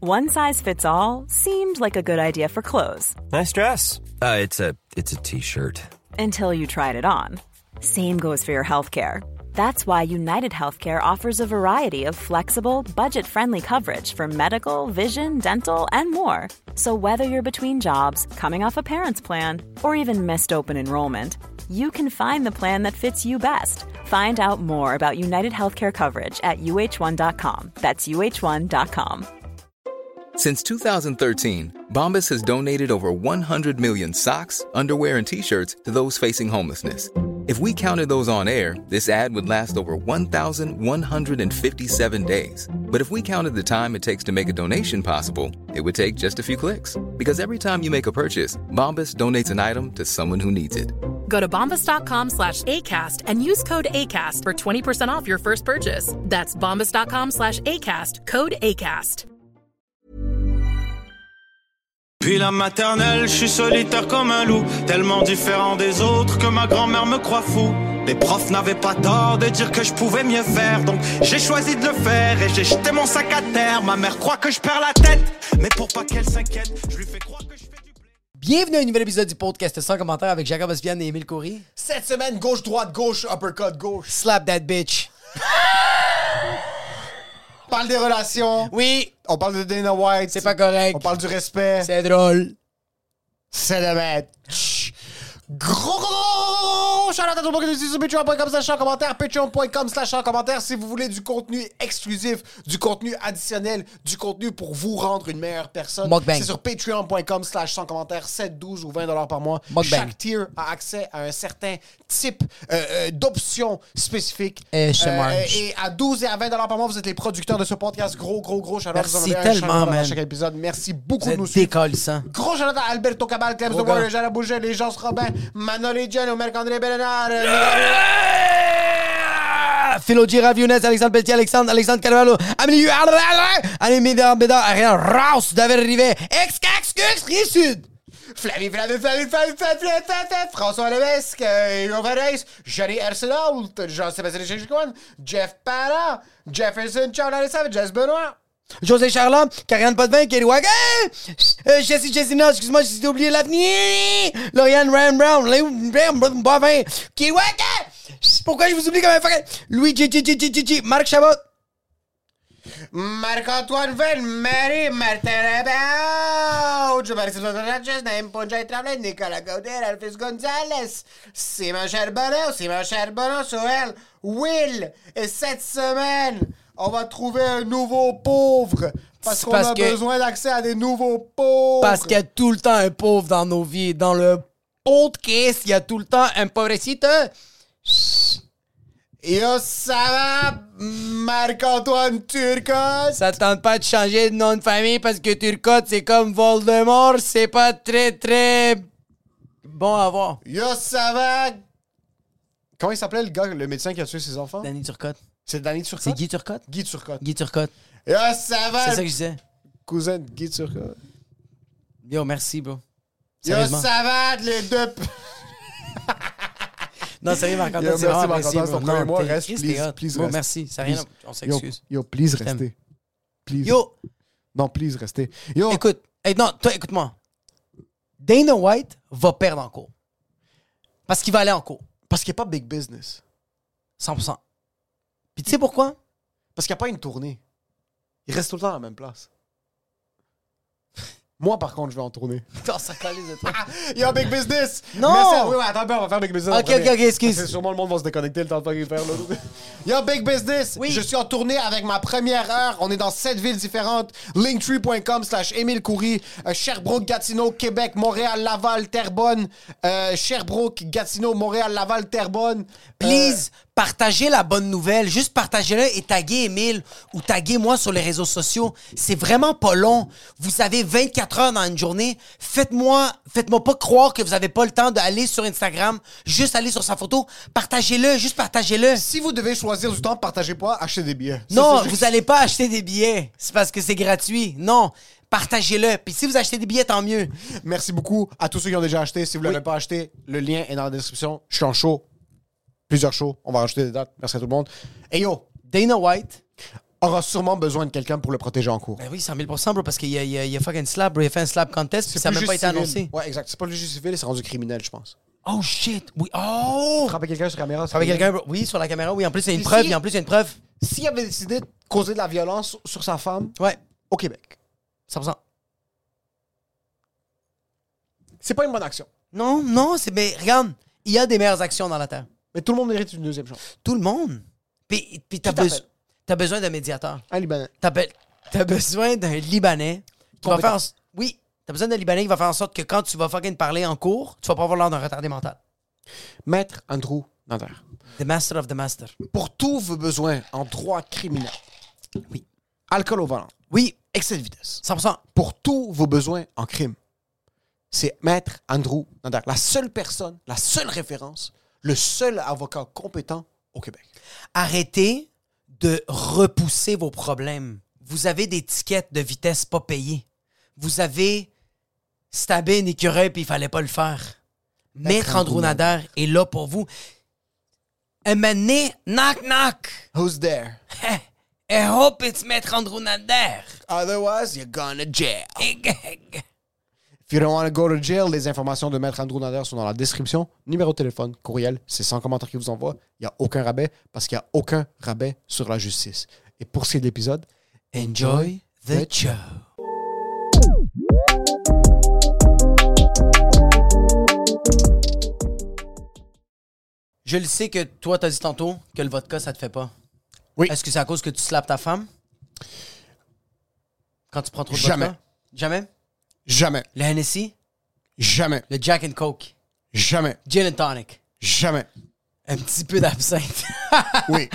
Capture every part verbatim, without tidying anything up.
One size fits all seemed like a good idea for clothes. Nice dress. Uh, it's a it's a t-shirt. Until you tried it on. Same goes for your healthcare. That's why United Healthcare offers a variety of flexible, budget-friendly coverage for medical, vision, dental, and more. So whether you're between jobs, coming off a parent's plan, or even missed open enrollment, you can find the plan that fits you best. Find out more about United Healthcare coverage at U H one dot com. That's U H one dot com. Since two thousand thirteen, Bombas has donated over one hundred million socks, underwear, and T-shirts to those facing homelessness. If we counted those on air, this ad would last over one thousand one hundred fifty-seven days. But if we counted the time it takes to make a donation possible, it would take just a few clicks. Because every time you make a purchase, Bombas donates an item to someone who needs it. Go to bombas.com slash ACAST and use code ACAST for twenty percent off your first purchase. That's bombas.com slash ACAST, code ACAST. Puis la maternelle, je suis solitaire comme un loup, tellement différent des autres que ma grand-mère me croit fou. Les profs n'avaient pas tort de dire que je pouvais mieux faire, donc j'ai choisi de le faire et j'ai jeté mon sac à terre. Ma mère croit que je perds la tête, mais pour pas qu'elle s'inquiète, je lui fais croire que je fais du blé. Bienvenue à un nouvel épisode du podcast sans commentaire avec Jacob Ospian et Émile Coury. Cette semaine, gauche-droite, gauche, uppercut, gauche. Slap that bitch. On parle des relations. Oui. On parle de Dana White. C'est pas correct. On parle du respect. C'est drôle. C'est de mettre. Gros, gros, shout out à tout le monde qui nous dit sur patreon point com slash en commentaire, patreon point com slash en commentaire si vous voulez du contenu exclusif, du contenu additionnel, du contenu pour vous rendre une meilleure personne. Mukbang. C'est sur patreon point com slash sans commentaire, sept, douze ou vingt dollars par mois. Mukbang. Chaque tier a accès à un certain type euh, euh, d'options spécifiques. Et je Euh, mange. et à douze et à vingt dollars par mois, vous êtes les producteurs de ce podcast. Gros, gros, gros shout out. Merci Vous en avez un tellement, shout out man. dans chaque épisode. Merci beaucoup Vous de nous êtes suivre. décalissant. Gros shout out à Alberto Cabal, Clems de Gros Warrior, gars. Jean Bouget, les gens Robin, Manoli Giano, Marc-André Bellenard, Philo Girard, Younes, Alexandre Pelletier, Alexandre, Alexandre Carvalho, Amélie, Annie Médard, Bédard, Ariane, Rouse, David Rivet, Ex-Cax, Cux, Rive-Sud. Flavie, Flavie, Flavie, Flavie, Flavie, Flavie, François Levesque, Hugo Ferreis, Johnny Arsenault, Jean-Sébastien Chichicoine, Jeff Parra, Jefferson, Charles Savage, Jess Benoît. José Charland, Karianne Potvin, Kelly Wagon, euh, Jessie Jessina, excuse-moi, j'ai oublié l'avenir, Lauriane Ryan Brown, Léo Bovin, Kelly Wagon, pourquoi je vous oublie comme un fucking, Louis G G G G G G, Marc Chabot, Marc-Antoine Vell, Marie, Martin Rabauge, Marie-Sylvain Sanchez, Naïm Ponjay Tremblay, Nicolas Gaudet, Alphys Gonzalez, Simon Charbonneau, Simon Charbonneau, Soel, Will. Et cette semaine, on va trouver un nouveau pauvre. Parce C'est qu'on parce a que- besoin d'accès à des nouveaux pauvres. parce qu'il y a tout le temps un pauvre dans nos vies, dans le podcast, il y a tout le temps un pauvrecito. Yo, ça va, Marc-Antoine Turcotte? Ça te tente pas de changer de nom de famille parce que Turcotte, c'est comme Voldemort, c'est pas très, très bon à voir. Yo, ça va? Comment il s'appelait le gars, le médecin qui a tué ses enfants? Danny Turcotte. C'est Danny Turcotte? C'est Guy Turcotte? Guy Turcotte. Guy Turcotte. Yo, ça va? C'est ça que je disais. Cousin de Guy Turcotte. Yo, merci, bro. Yo, Sérieusement. ça va, les deux... p- Non, sérieux, Marc-Antoine, Yo, c'est merci, vraiment Marc-Antoine, apprécié, c'est ton bro. premier Non, mois. t'es- Reste, Chris, please, t'es hot. please, Bro, reste. merci. Ça rien, Please. on Yo, s'excuse. yo, please, t'aime. restez. Please. Yo, Non, please, restez. Yo, écoute. Hey, non, toi, écoute-moi. Dana White va perdre en cours. Parce qu'il va aller en cours. parce qu'il n'y a pas big business. cent pour cent. Puis tu sais pourquoi? Parce qu'il n'y a pas une tournée. Il reste tout le temps à la même place. Moi, par contre, je vais en tournée. Putain, ça calise de toi. Yo, big business! Non! Mais c'est- oui, oui, attends, on va faire big business. en Ok, premier. ok, ok, excuse. Parce que sûrement, le monde va se déconnecter le temps de pas qu'il faire. Là. Yo, big business! Oui. Je suis en tournée avec ma première heure. On est dans sept villes différentes. linktree point com slash Émile Coury. Euh, Sherbrooke, Gatineau, Québec, Montréal, Laval, Terrebonne. Euh, Sherbrooke, Gatineau, Montréal, Laval, Terrebonne. Please, partagez la bonne nouvelle. Juste partagez-le et taguez Émile ou taguez moi sur les réseaux sociaux. C'est vraiment pas long. Vous avez vingt-quatre heures dans une journée. Faites-moi, faites-moi pas croire que vous avez pas le temps d'aller sur Instagram. Juste aller sur sa photo. Partagez-le. Juste partagez-le. Si vous devez choisir du temps, partagez pas, achetez des billets. Ça, Non, c'est- vous allez pas acheter des billets. C'est parce que c'est gratuit. Non. Partagez-le. Puis si vous achetez des billets, tant mieux. Merci beaucoup à tous ceux qui ont déjà acheté. Si vous ne l'avez Oui. pas acheté, le lien est dans la description. Je suis en show. Plusieurs shows. On va rajouter des dates. Merci à tout le monde. Et yo, Dana White aura sûrement besoin de quelqu'un pour le protéger en cours. Ben oui, cent mille pour cent, bro, parce qu'il y a, il y a, il y a fucking slap, bro. Il a fait un slap contest, puis ça n'a même pas été annoncé. Ouais, exact. C'est pas le juge civil, c'est rendu criminel, je pense. Oh shit, oui. Oh! Frapper quelqu'un sur caméra, c'est Frapper criminel. quelqu'un, bro. Oui, sur la caméra, oui. En plus, il y a une Puis preuve, si- et en plus, il y a une preuve. S'il avait décidé de causer de la violence sur sa femme Ouais, au Québec, cent pour cent. c'est pas une bonne action. Non, non, c'est. Mais regarde, il y a des meilleures actions dans la Terre. Mais tout le monde mérite une deuxième chance. Tout le monde. Puis, puis t'as, Qui t'appelle? besoin t'as besoin d'un médiateur. Un Libanais. T'as, be- t'as besoin d'un Libanais qui va Compétent. faire... en- Oui, t'as besoin d'un Libanais qui va faire en sorte que quand tu vas fucking parler en cours, tu vas pas avoir l'air d'un retardé mental. Maître Andrew Nader. The master of the master. Pour tous vos besoins en droit criminel. Oui. Alcool au volant. Oui, Excès de vitesse. cent pour cent. Pour tous vos besoins en crime. C'est Maître Andrew Nader. La seule personne, la seule référence, le seul avocat compétent au Québec. Arrêtez de repousser vos problèmes. Vous avez des tickets de vitesse pas payés. Vous avez stabé une écureuil puis il fallait pas le faire. Maître Andrew Nader est là pour vous. Un moment donné, knock knock. Who's there? I hope it's Maître Andrew Nader. Otherwise, you're gonna jail. If you don't want to go to jail, les informations de Maître Andrew Nader sont dans la description. Numéro de téléphone, courriel, c'est cent commentaires qu'il vous envoie. Il n'y a aucun rabais parce qu'il n'y a aucun rabais sur la justice. Et pour ce qui est de l'épisode, Enjoy the show. Je le sais que toi, t'as dit tantôt que le vodka, ça te fait pas. Oui. Est-ce que c'est à cause que tu slappes ta femme? Quand tu prends trop de Jamais. vodka? Jamais. Jamais, Le Hennessy? jamais, Le Jack and Coke? jamais, Gin and tonic? jamais. Un petit peu d'absinthe? Oui.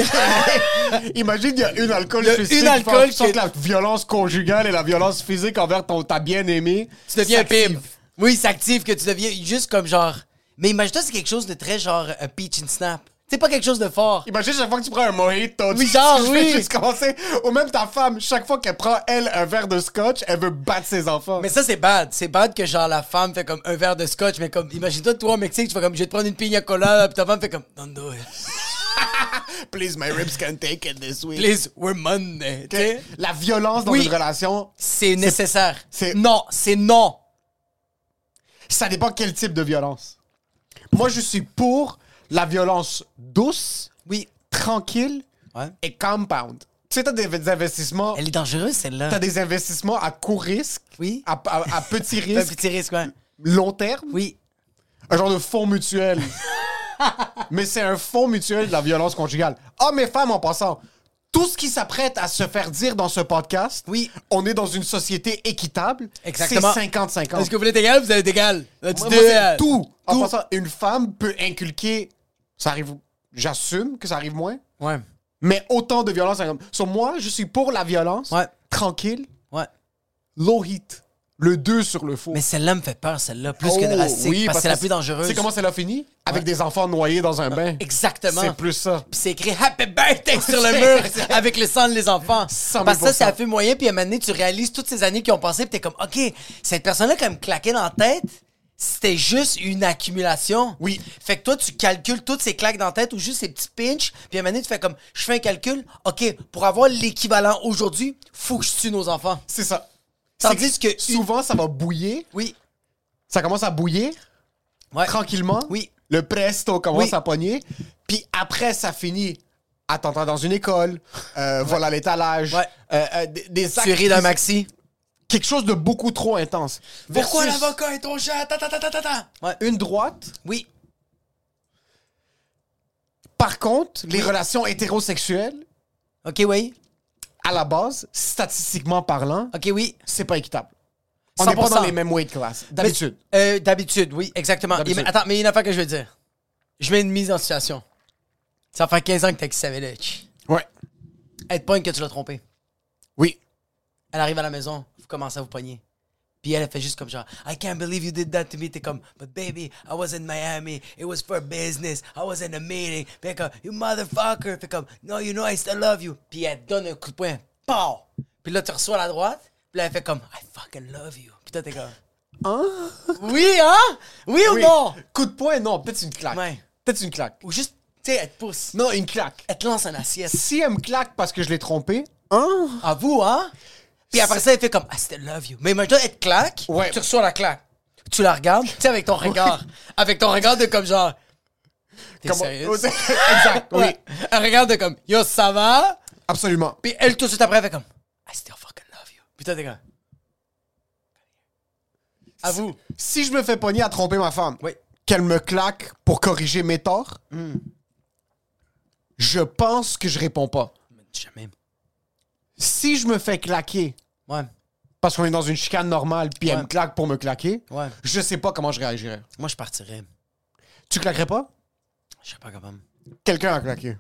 Imagine, il y a une alcool Il y a spécifique une alcool qui fait qui- la violence conjugale et la violence physique envers ton, ta bien-aimée. Tu deviens un s'active. pimp. Oui, c'est actif que tu deviens juste comme genre... Mais imagine-toi, c'est quelque chose de très genre un peach and snap. C'est pas quelque chose de fort. Imagine chaque fois que tu prends un mojito. Oui, tu- genre, tu fais oui. juste commencer. Ou même ta femme, chaque fois qu'elle prend, elle, un verre de scotch, elle veut battre ses enfants. Mais ça, c'est bad. C'est bad que genre la femme fait comme un verre de scotch, mais comme, imagine-toi, toi au Mexique, tu fais comme, je vais te prendre une pina colada, puis ta femme fait comme, don't do it. Please, my ribs can take it this week. Please, we're Monday. tu sais? La violence dans Oui. une relation, C'est nécessaire. c'est- Non, c'est non. ça dépend quel type de violence. Moi, je suis pour la violence douce, Oui. tranquille Ouais. et compound. Tu sais, t'as des, des investissements... Elle est dangereuse, celle-là. T'as des investissements à court risque, Oui. à, à- à petit Un risque, petit risque, ouais. long terme, Oui. un genre de fonds mutuel. Mais c'est un fonds mutuel de la violence conjugale. Hommes et femmes en passant, tout ce qui s'apprête à se faire dire dans ce podcast, Oui. on est dans une société équitable. Exactement. C'est cinquante cinquante. Est-ce que vous êtes égal? Vous êtes égal. Let's Moi, do moi, c'est it. tout. En Tout. passant, une femme peut inculquer... Ça arrive... J'assume que ça arrive moins. Ouais. Mais autant de violence. Sur moi, je suis pour la violence. Ouais. Tranquille. Ouais. Low heat. Le deux sur le faux. Mais celle-là me fait peur, celle-là, plus Oh, que drastique, oui, parce que c'est la que plus dangereuse. Tu sais comment celle-là finit? Avec Ouais. des enfants noyés dans un bain. Exactement. C'est plus ça. Puis c'est écrit Happy Birthday sur le mur avec le sang des enfants. cent mille Parce que ça, c'est pour à fait moyen. Puis à un moment donné, tu réalises toutes ces années qui ont passé. Puis t'es comme, OK, cette personne-là, quand même claqué dans la tête, c'était juste une accumulation. Oui. Fait que toi, tu calcules toutes ces claques dans la tête ou juste ces petits pinches. Puis à un moment donné, tu fais comme, je fais un calcul. OK, pour avoir l'équivalent aujourd'hui, faut que je tue nos enfants. C'est ça. Tandis C'est que- souvent, ça va bouillir. Oui. Ça commence à bouillir. Ouais. Tranquillement. Oui. Le presto commence Oui. à pogner. Puis après, ça finit attentat dans une école, euh, vol à l'étalage, Ouais. euh, euh, des, des actes Tuerie d'un qui- maxi. quelque chose de beaucoup trop intense. Pourquoi Versus l'avocat est ton chat? Ta, ta, ta, ta, ta, ta. Ouais. une droite? Oui. Par contre, les relations hétérosexuelles, OK, oui. à la base, statistiquement parlant, OK, oui. c'est pas équitable. On n'est cent pas pour cent. dans les mêmes weight class, d'habitude. Mais- euh, d'habitude, oui, exactement. D'habitude. Et- mais attends, mais il y a une affaire que je veux dire. Je mets une mise en situation. Ça fait quinze ans que t'es avec Savage. Ouais. Elle te pogne que tu l'as trompé. Oui. Elle arrive à la maison, vous commencez à vous pogner. Puis elle, elle fait juste comme genre, I can't believe you did that to me. T'es comme, but baby, I was in Miami. It was for business. I was in a meeting. Puis elle est comme, you motherfucker. Fait comme, no, you know I still love you. Puis elle te donne un coup de poing. Pow! Puis là, tu reçois la droite. Puis là, elle fait comme, I fucking love you. Puis toi, t'es comme, Hein? oui, hein? Oui ou Oui. non? Coup de poing, non. Peut-être une claque. Ouais. Peut-être une claque. Ou juste Tu sais, elle te pousse. Non, une claque. Elle te lance un assiette. Si elle me claque parce que je l'ai trompée, hein? À vous, hein? Puis après ça, elle fait comme I still love you. Mais imagine, elle te claque, Ouais. tu reçois la claque. Tu la regardes, tu sais, avec ton regard. Avec ton regard de comme genre. T'es Comment- sérieux? Exact, oui. Ouais. Elle regarde de comme Yo, ça va? Absolument. Puis elle, tout de suite après, elle fait comme I still fucking love you. Puis toi, t'es comme. À vous. Si je me fais pogner à tromper ma femme, Oui. qu'elle me claque pour corriger mes torts, je pense que je réponds pas. Jamais. Si je me fais claquer Ouais. parce qu'on est dans une chicane normale puis elle Ouais. me claque pour me claquer, Ouais. je sais pas comment je réagirais. Moi, je partirais. Tu claquerais pas? Je serais pas capable. Quelqu'un a claqué.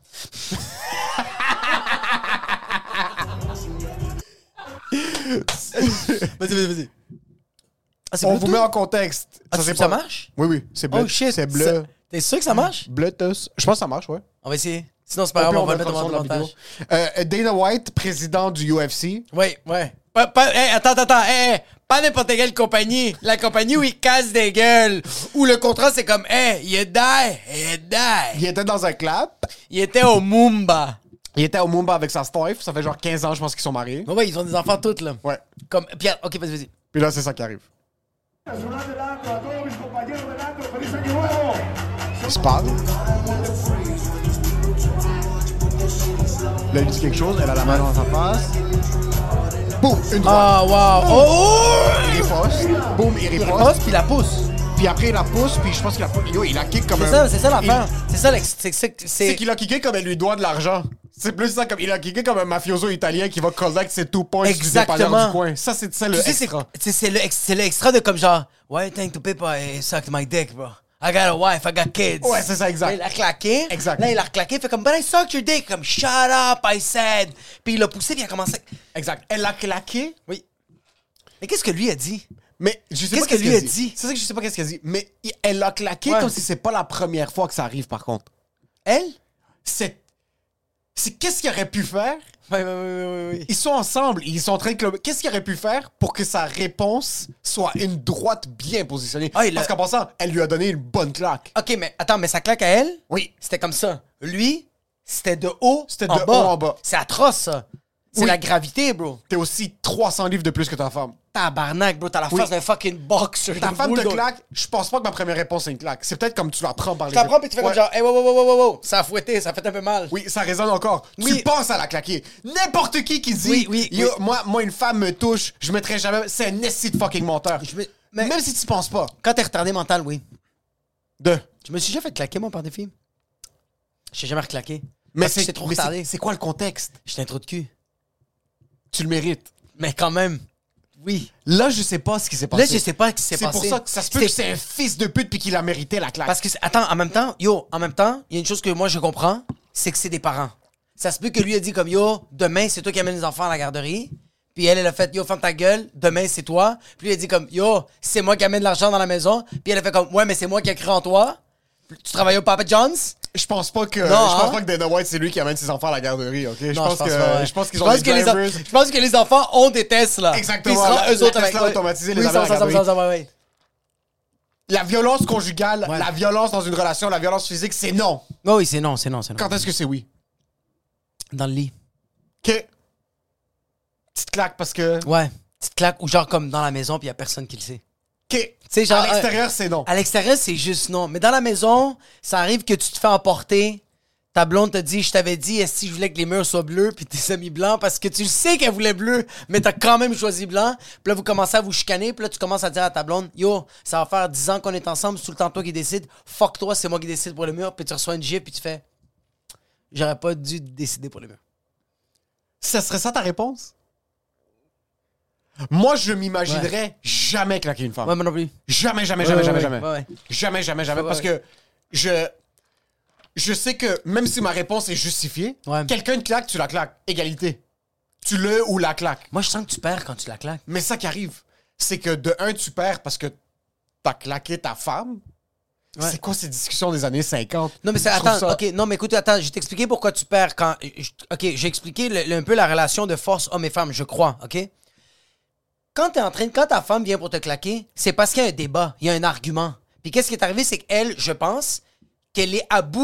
Vas-y, vas-y, vas-y. Ah, c'est On Bluetooth? vous met en contexte. Ah, tu- c'est ça pas- marche? Oui, oui. C'est bleu. Oh shit. C'est bleu. Ça- T'es sûr que ça marche? Bluetooth. Je pense que ça marche, ouais. On va essayer. Sinon, c'est pas Au grave, pire, on va le mettra mettre le dans son le de la montage. vidéo. Euh, Dana White, président du U F C. Oui, ouais. Pas, pas, hey, attends, attends, attends. Hey, hey, pas n'importe quelle compagnie. La compagnie où ils cassent des gueules. Où le contrat, c'est comme, hey, il die, il die. Il était dans un clap. Il était au Mumba. Il était au Mumba avec sa wife. Ça fait genre quinze ans, je pense qu'ils sont mariés. Ouais, ouais, ils ont des enfants toutes, là. Ouais. Comme, Pierre, ok, vas-y, vas-y. Puis là, c'est ça qui arrive. Il se parle. Là, il dit quelque chose. Elle a la main dans sa face. Boum, une droite. Ah, wow. Oh! Il riposte. Boum, il Il riposte. repose, puis il la pousse. Puis après, il la pousse. Puis je pense qu'il a poussé. Yo, il a kick comme C'est un... ça, c'est ça il- l'affaire. C'est ça, l'ex- c'est c'est- C'est c'est. qu'il a kické comme elle lui doit de l'argent. C'est plus ça, comme il a kické comme un mafioso italien qui va collect ses two points du dépanneur Exactement. du coin. Ça, c'est ça le Tu sais, c'est extra. c'est- c'est le, ex- c'est le extra de comme genre, why you think to people eh, suck my dick, bro? I got a wife, I got kids. Ouais, c'est ça, exact. Là, il a claqué. Exact. Là, il a reclaqué, il fait comme, but I sucked your dick. Comme, shut up, I said. Puis il l'a poussé, puis il a commencé. Exact. Elle l'a claqué. Oui. Mais qu'est-ce que lui a dit? Mais je sais Qu'est-ce pas que qu'est-ce lui qu'elle a dit? C'est ça que je sais pas qu'est-ce qu'elle dit. Mais il- elle l'a claqué Ouais. comme si c'est pas la première fois que ça arrive, par contre. Elle? C'est. C'est qu'est-ce qu'il aurait pu faire? Oui, oui, oui, oui, oui. Ils sont ensemble, ils sont en train de club. Qu'est-ce qu'il aurait pu faire pour que sa réponse soit une droite bien positionnée? Ah, il Parce a- qu'en passant, elle lui a donné une bonne claque. Ok, mais attends, mais sa claque à elle? Oui. C'était comme ça. Lui, c'était de haut C'était en de bas. haut en bas. C'est atroce, ça. C'est Oui. la gravité, bro. T'es aussi trois cents livres de plus que ta femme. Tabarnak, bro. T'as la Oui. face d'un fucking boxer. Ta de femme te bulldog. claque, je pense pas que ma première réponse c'est une claque. C'est peut-être comme tu la prends par les Tu la prends puis tu fais Ouais. comme genre, hey, wow, wow, wow, wow, wow, ça a fouetté, ça fait un peu mal. Oui, ça résonne encore. Oui. Tu penses à la claquer. N'importe qui qui dit, Oui, oui, Yo, oui. Moi, moi, une femme me touche, je mettrais jamais. C'est un esti de fucking menteur. Je me- mais- Même si tu penses pas. Quand t'es retardé mental, oui. De. Je me suis déjà fait claquer, moi, par des filles. Je t'ai jamais reclaqué. Mais Parce que c'est j'étais trop mais c'est- retardé. C'est quoi le contexte? J'étais un trou de cul. Tu le mérites. Mais quand même, oui. Là, je sais pas ce qui s'est passé. Là, je sais pas ce qui s'est C'est passé. pour ça que ça se peut C'était- que c'est un fils de pute puis qu'il a mérité la claque. Parce que, c'est- attends, en même temps, yo, en même temps, il y a une chose que moi je comprends, c'est que c'est des parents. Ça se peut que lui a dit comme, yo, demain, c'est toi qui amène les enfants à la garderie. Puis elle, elle a fait, yo, ferme ta gueule, demain, c'est toi. Puis lui, il a dit comme, yo, c'est moi qui amène l'argent dans la maison. Puis elle a fait comme, ouais, mais c'est moi qui ai cru en toi. Tu travailles au Papa John's? Je pense pas que Non, je pense hein? pas que Dana White c'est lui qui amène ses enfants à la garderie, ok? Je Non, pense que pas, ouais. je pense qu'ils Je ont pense des que les en- drivers. Je pense que les enfants ont des Tesla. Exactement, Puis ils seront la- eux la autres avec Tesla automatisée, les oui, amène à ça, la ça, ça, garderie. ça, ouais, ouais. La violence conjugale, Ouais. la violence dans une relation, la violence physique, c'est non. Oh oui, c'est non, c'est non, c'est non. Quand est-ce que c'est oui? Dans le lit. Que petite claque parce que Ouais. Petite claque, ou genre comme dans la maison, puis il y a personne qui le sait. que sais, genre, à l'extérieur, c'est non. À l'extérieur, c'est juste non. Mais dans la maison, ça arrive que tu te fais emporter. Ta blonde te dit, je t'avais dit, est-ce que je voulais que les murs soient bleus, puis t'es mis blanc, parce que tu le sais qu'elle voulait bleu, mais t'as quand même choisi blanc. Puis là, vous commencez à vous chicaner, puis là, tu commences à dire à ta blonde, yo, ça va faire dix ans qu'on est ensemble, c'est tout le temps toi qui décide. Fuck toi, c'est moi qui décide pour le mur, puis tu reçois une gifle, puis tu fais, j'aurais pas dû décider pour le mur. Ça serait ça ta réponse? Moi, je m'imaginerais jamais claquer une femme. Ouais, moi non plus. Jamais, jamais, Ouais, jamais, ouais, jamais, ouais. jamais. Ouais, ouais. Jamais, jamais, jamais. Ouais, Parce ouais. que je. Je sais que même si ma réponse est justifiée, Ouais. quelqu'un te claque, tu la claques. Égalité. Tu le ou la claques. Moi, je sens que tu perds quand tu la claques. Mais ça qui arrive, c'est que de un, tu perds parce que t'as claqué ta femme. Ouais. C'est quoi ces discussions des années cinquante? Non, mais c'est, Je trouve attends, ça- ok, non, mais écoute, attends, je vais t'expliquer pourquoi tu perds quand. je- ok, j'ai expliqué le- le- un peu la relation de force homme et femme, je crois, ok? Quand t'es en train, quand ta femme vient pour te claquer, c'est parce qu'il y a un débat, il y a un argument. Puis qu'est-ce qui est arrivé, c'est qu'elle, je pense, qu'elle est à bout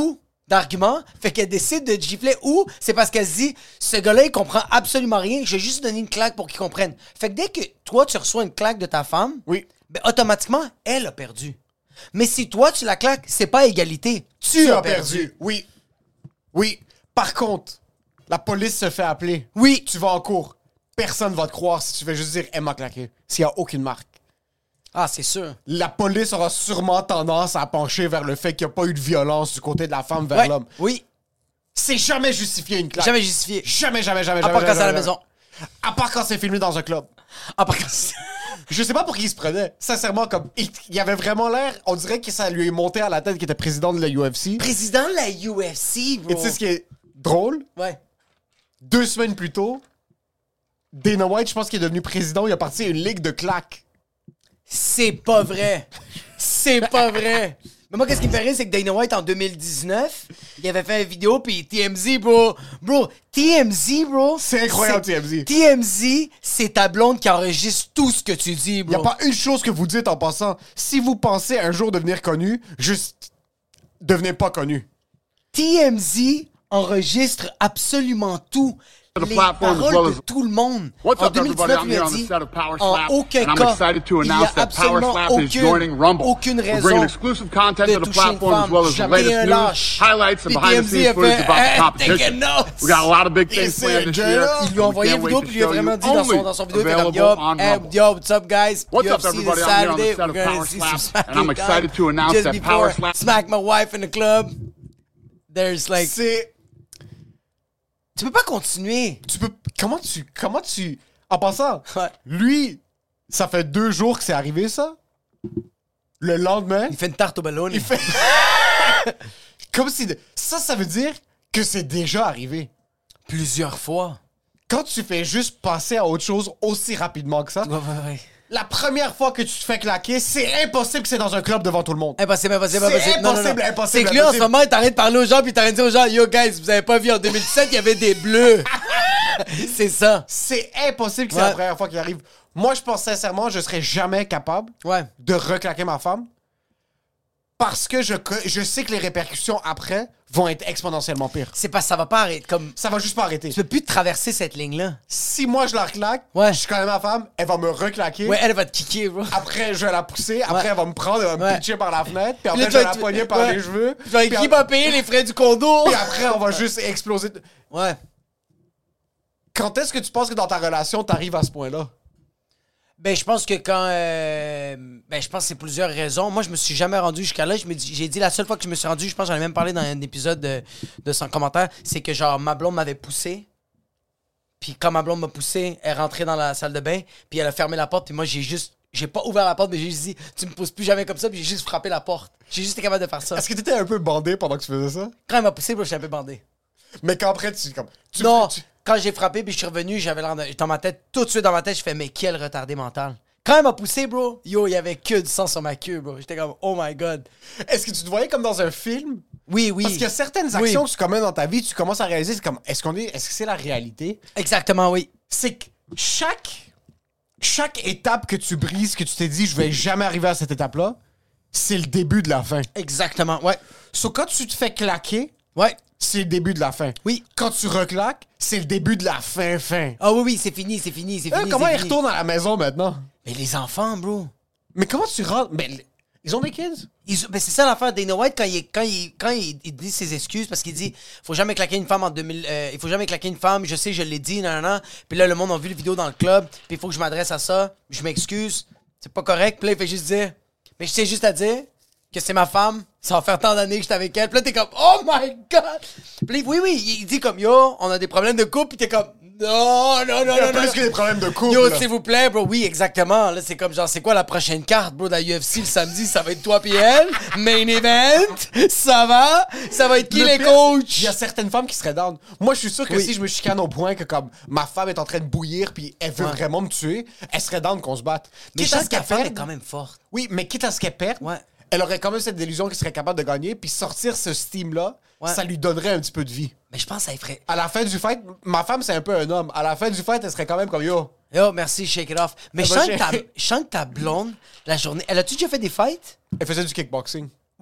d'argument, fait qu'elle décide de gifler, ou c'est parce qu'elle se dit, ce gars-là, il comprend absolument rien, je vais juste donner une claque pour qu'il comprenne. Fait que dès que toi, tu reçois une claque de ta femme, Oui. ben, automatiquement, elle a perdu. Mais si toi, tu la claques, c'est pas égalité. Tu, Tu as, as perdu. perdu. Oui. Oui. Par contre, la police se fait appeler. Oui. Tu vas en cours. Personne va te croire si tu fais juste dire « Elle m'a claqué ». S'il n'y a aucune marque. Ah, c'est sûr. La police aura sûrement tendance à pencher vers le fait qu'il n'y a pas eu de violence du côté de la femme vers Ouais. l'homme. Oui. C'est jamais justifié une claque. Jamais justifié. Jamais, jamais, jamais, À jamais. part quand jamais, c'est à la jamais. maison. À part quand c'est filmé dans un club. À part quand c'est... Je sais pas pour qui il se prenait. Sincèrement, comme il, il avait vraiment l'air, on dirait que ça lui est monté à la tête qu'il était président de la U F C. Président de la U F C, bro. Et tu sais ce qui est drôle? Ouais. Deux semaines plus tôt, Dana White, je pense qu'il est devenu président, il a parti à une ligue de claques. C'est pas vrai. C'est pas vrai. Mais moi, qu'est-ce qui me fait rire, c'est que Dana White, en deux mille dix-neuf, il avait fait une vidéo, puis T M Z, bro. Bro, T M Z, bro. C'est incroyable, T M Z. T M Z, c'est ta blonde qui enregistre tout ce que tu dis, Il bro. n'y a pas une chose que vous dites en passant. Si vous pensez un jour devenir connu, juste devenez pas connu. T M Z enregistre absolument tout. The Les platform as paroles well de as- tout le monde. What's En up, everybody? deux mille dix-neuf, I'm lui here a on the dit, set of Power en Slap, aucun and I'm cas, excited to il y a announce that Power absolument Slap is aucune, joining Rumble. aucune We're raison bringing exclusive content de to the toucher une platform as femme. well as the Jamais latest un news, lâche. highlights, and Puis behind the T M Z scenes a footage fait, about the hey, competition. taking notes. We got a lot of big things It's planned a this year. Ils lui ont We envoyé can't une wait vidéo, to puis il a show vraiment you dit dans son, only dans son vidéo, il fait comme, available yo, on hey, Rumble. yo, what's up, guys? What's U up, F C everybody? this I'm here on the Saturday. set of We're gonna Power see Slap, some and I'm smacking excited time. to announce Just that before Power Slap- smack my wife in the club. There's like... C'est... Tu peux pas continuer. Tu peux... Comment tu... Comment tu... En passant, Ouais. lui, ça fait deux jours que c'est arrivé, ça. Le lendemain, Il fait une tarte au ballon. il fait... Comme si... de- Ça, ça veut dire que c'est déjà arrivé. Plusieurs fois. Quand tu fais juste passer à autre chose aussi rapidement que ça, Ouais, ouais, ouais. la première fois que tu te fais claquer, c'est impossible que c'est dans un club devant tout le monde. Impossible, impossible, C'est impossible. Non, non, non. impossible, impossible, C'est que lui, en ce impossible. moment, il est en train de parler aux gens, puis il est en train de dire aux gens, yo, guys, vous avez pas vu, en deux mille dix-sept, il y avait des bleus. C'est ça. C'est impossible que c'est Ouais. la première fois qu'il arrive. Moi, je pense sincèrement, je serais jamais capable Ouais. de reclaquer ma femme parce que je, co- je sais que les répercussions après vont être exponentiellement pires. C'est parce que ça va pas arrêter. Comme, Ça va juste pas arrêter. tu peux plus traverser cette ligne-là. Si moi, je la reclaque, Ouais. je suis quand même ma femme, elle va me reclaquer. Ouais, elle va te kicker, bro. Après, je vais la pousser. Après, Ouais. elle va me prendre, elle va me Ouais. pitcher par la fenêtre. Puis Puis après, là, je vais toi, la tu- poigner par ouais. les cheveux. Genre, Puis qui ap- va payer les frais du condo? Puis après, on va juste exploser. Ouais. Quand est-ce que tu penses que dans ta relation, t'arrives à ce point-là? Ben, je pense que quand. euh, ben, je pense que c'est plusieurs raisons. Moi, je me suis jamais rendu jusqu'à là. Je me dis- J'ai dit la seule fois que je me suis rendu, je pense que j'en ai même parlé dans un épisode de, de son commentaire, c'est que genre ma blonde m'avait poussé. Puis quand ma blonde m'a poussé, elle est rentrée dans la salle de bain, puis elle a fermé la porte, puis moi, j'ai juste. J'ai pas ouvert la porte, mais j'ai juste dit, tu me pousses plus jamais comme ça, puis j'ai juste frappé la porte. J'ai juste été capable de faire ça. Est-ce que t'étais un peu bandé pendant que tu faisais ça? Quand elle m'a poussé, bro, je suis un peu bandé. Mais qu'après, tu. Comme, tu Non, tu- quand j'ai frappé puis je suis revenu, j'avais l'air de- dans ma tête, tout de suite dans ma tête, je fais mais quel retardé mental. Quand elle m'a poussé, bro, yo, il y avait que du sang sur ma queue, bro. J'étais comme oh my god. Est-ce que tu te voyais comme dans un film? Oui, oui. Parce qu'il y a certaines Oui. actions que tu commets dans ta vie, tu commences à réaliser, c'est comme, est-ce qu'on est, est-ce que c'est la réalité? Exactement, oui. C'est que chaque, chaque étape que tu brises, que tu t'es dit, je vais jamais arriver à cette étape-là, c'est le début de la fin. Exactement, ouais. So, quand tu te fais claquer, Ouais. c'est le début de la fin. Oui. Quand tu reclaques, c'est le début de la fin, fin. Ah oui, oui, c'est fini, c'est fini, c'est Euh, fini. comment c'est ils fini. retournent à la maison maintenant? Mais les enfants, bro. Mais comment tu rentres? Mais l- ils ont des kids? Ils- ben c'est ça l'affaire. Dana White, quand, il, quand, il, quand il, il dit ses excuses, parce qu'il dit faut jamais claquer une femme en deux mille. Euh, il faut jamais claquer une femme, je sais, je l'ai dit, nan, nan, nan. Puis là, le monde a vu la vidéo dans le club, puis il faut que je m'adresse à ça, je m'excuse, c'est pas correct. Puis là, il fait juste dire mais je sais juste à dire que c'est ma femme, ça va faire tant d'années que j'étais avec elle. Puis là, t'es comme oh my god! Puis là, oui, oui, il il dit comme yo, on a des problèmes de couple, puis t'es comme non, non, non, Il y a non, plus non. que des problèmes de couple. Yo, là. s'il vous plaît, bro. Oui, exactement. Là, c'est comme genre, c'est quoi la prochaine carte, bro, de la U F C le samedi? Ça va être toi pis elle. Main event. Ça va? Ça va être qui Le les pire, coachs? c'est- Il y a certaines femmes qui seraient down. Moi, je suis sûr que Oui. si je me chicane au point que comme ma femme est en train de bouillir puis elle veut Ouais. vraiment me tuer, elle serait down qu'on se batte. Mais Quitte je à pense ce que la qu'elle femme perde- est quand même forte. Oui, mais quitte à ce qu'elle perde, Ouais. elle aurait quand même cette illusion qu'elle serait capable de gagner puis sortir ce steam-là, Ouais. ça lui donnerait un petit peu de vie. Mais je pense que ça ferait. À la fin du fight, ma femme, c'est un peu un homme. À la fin du fight, elle serait quand même comme yo. Yo, merci, shake it off. Mais Ah je bah, sens que j'ai- ta- je sens que ta blonde, la journée. Elle a-tu déjà fait des fights? Elle faisait du kickboxing.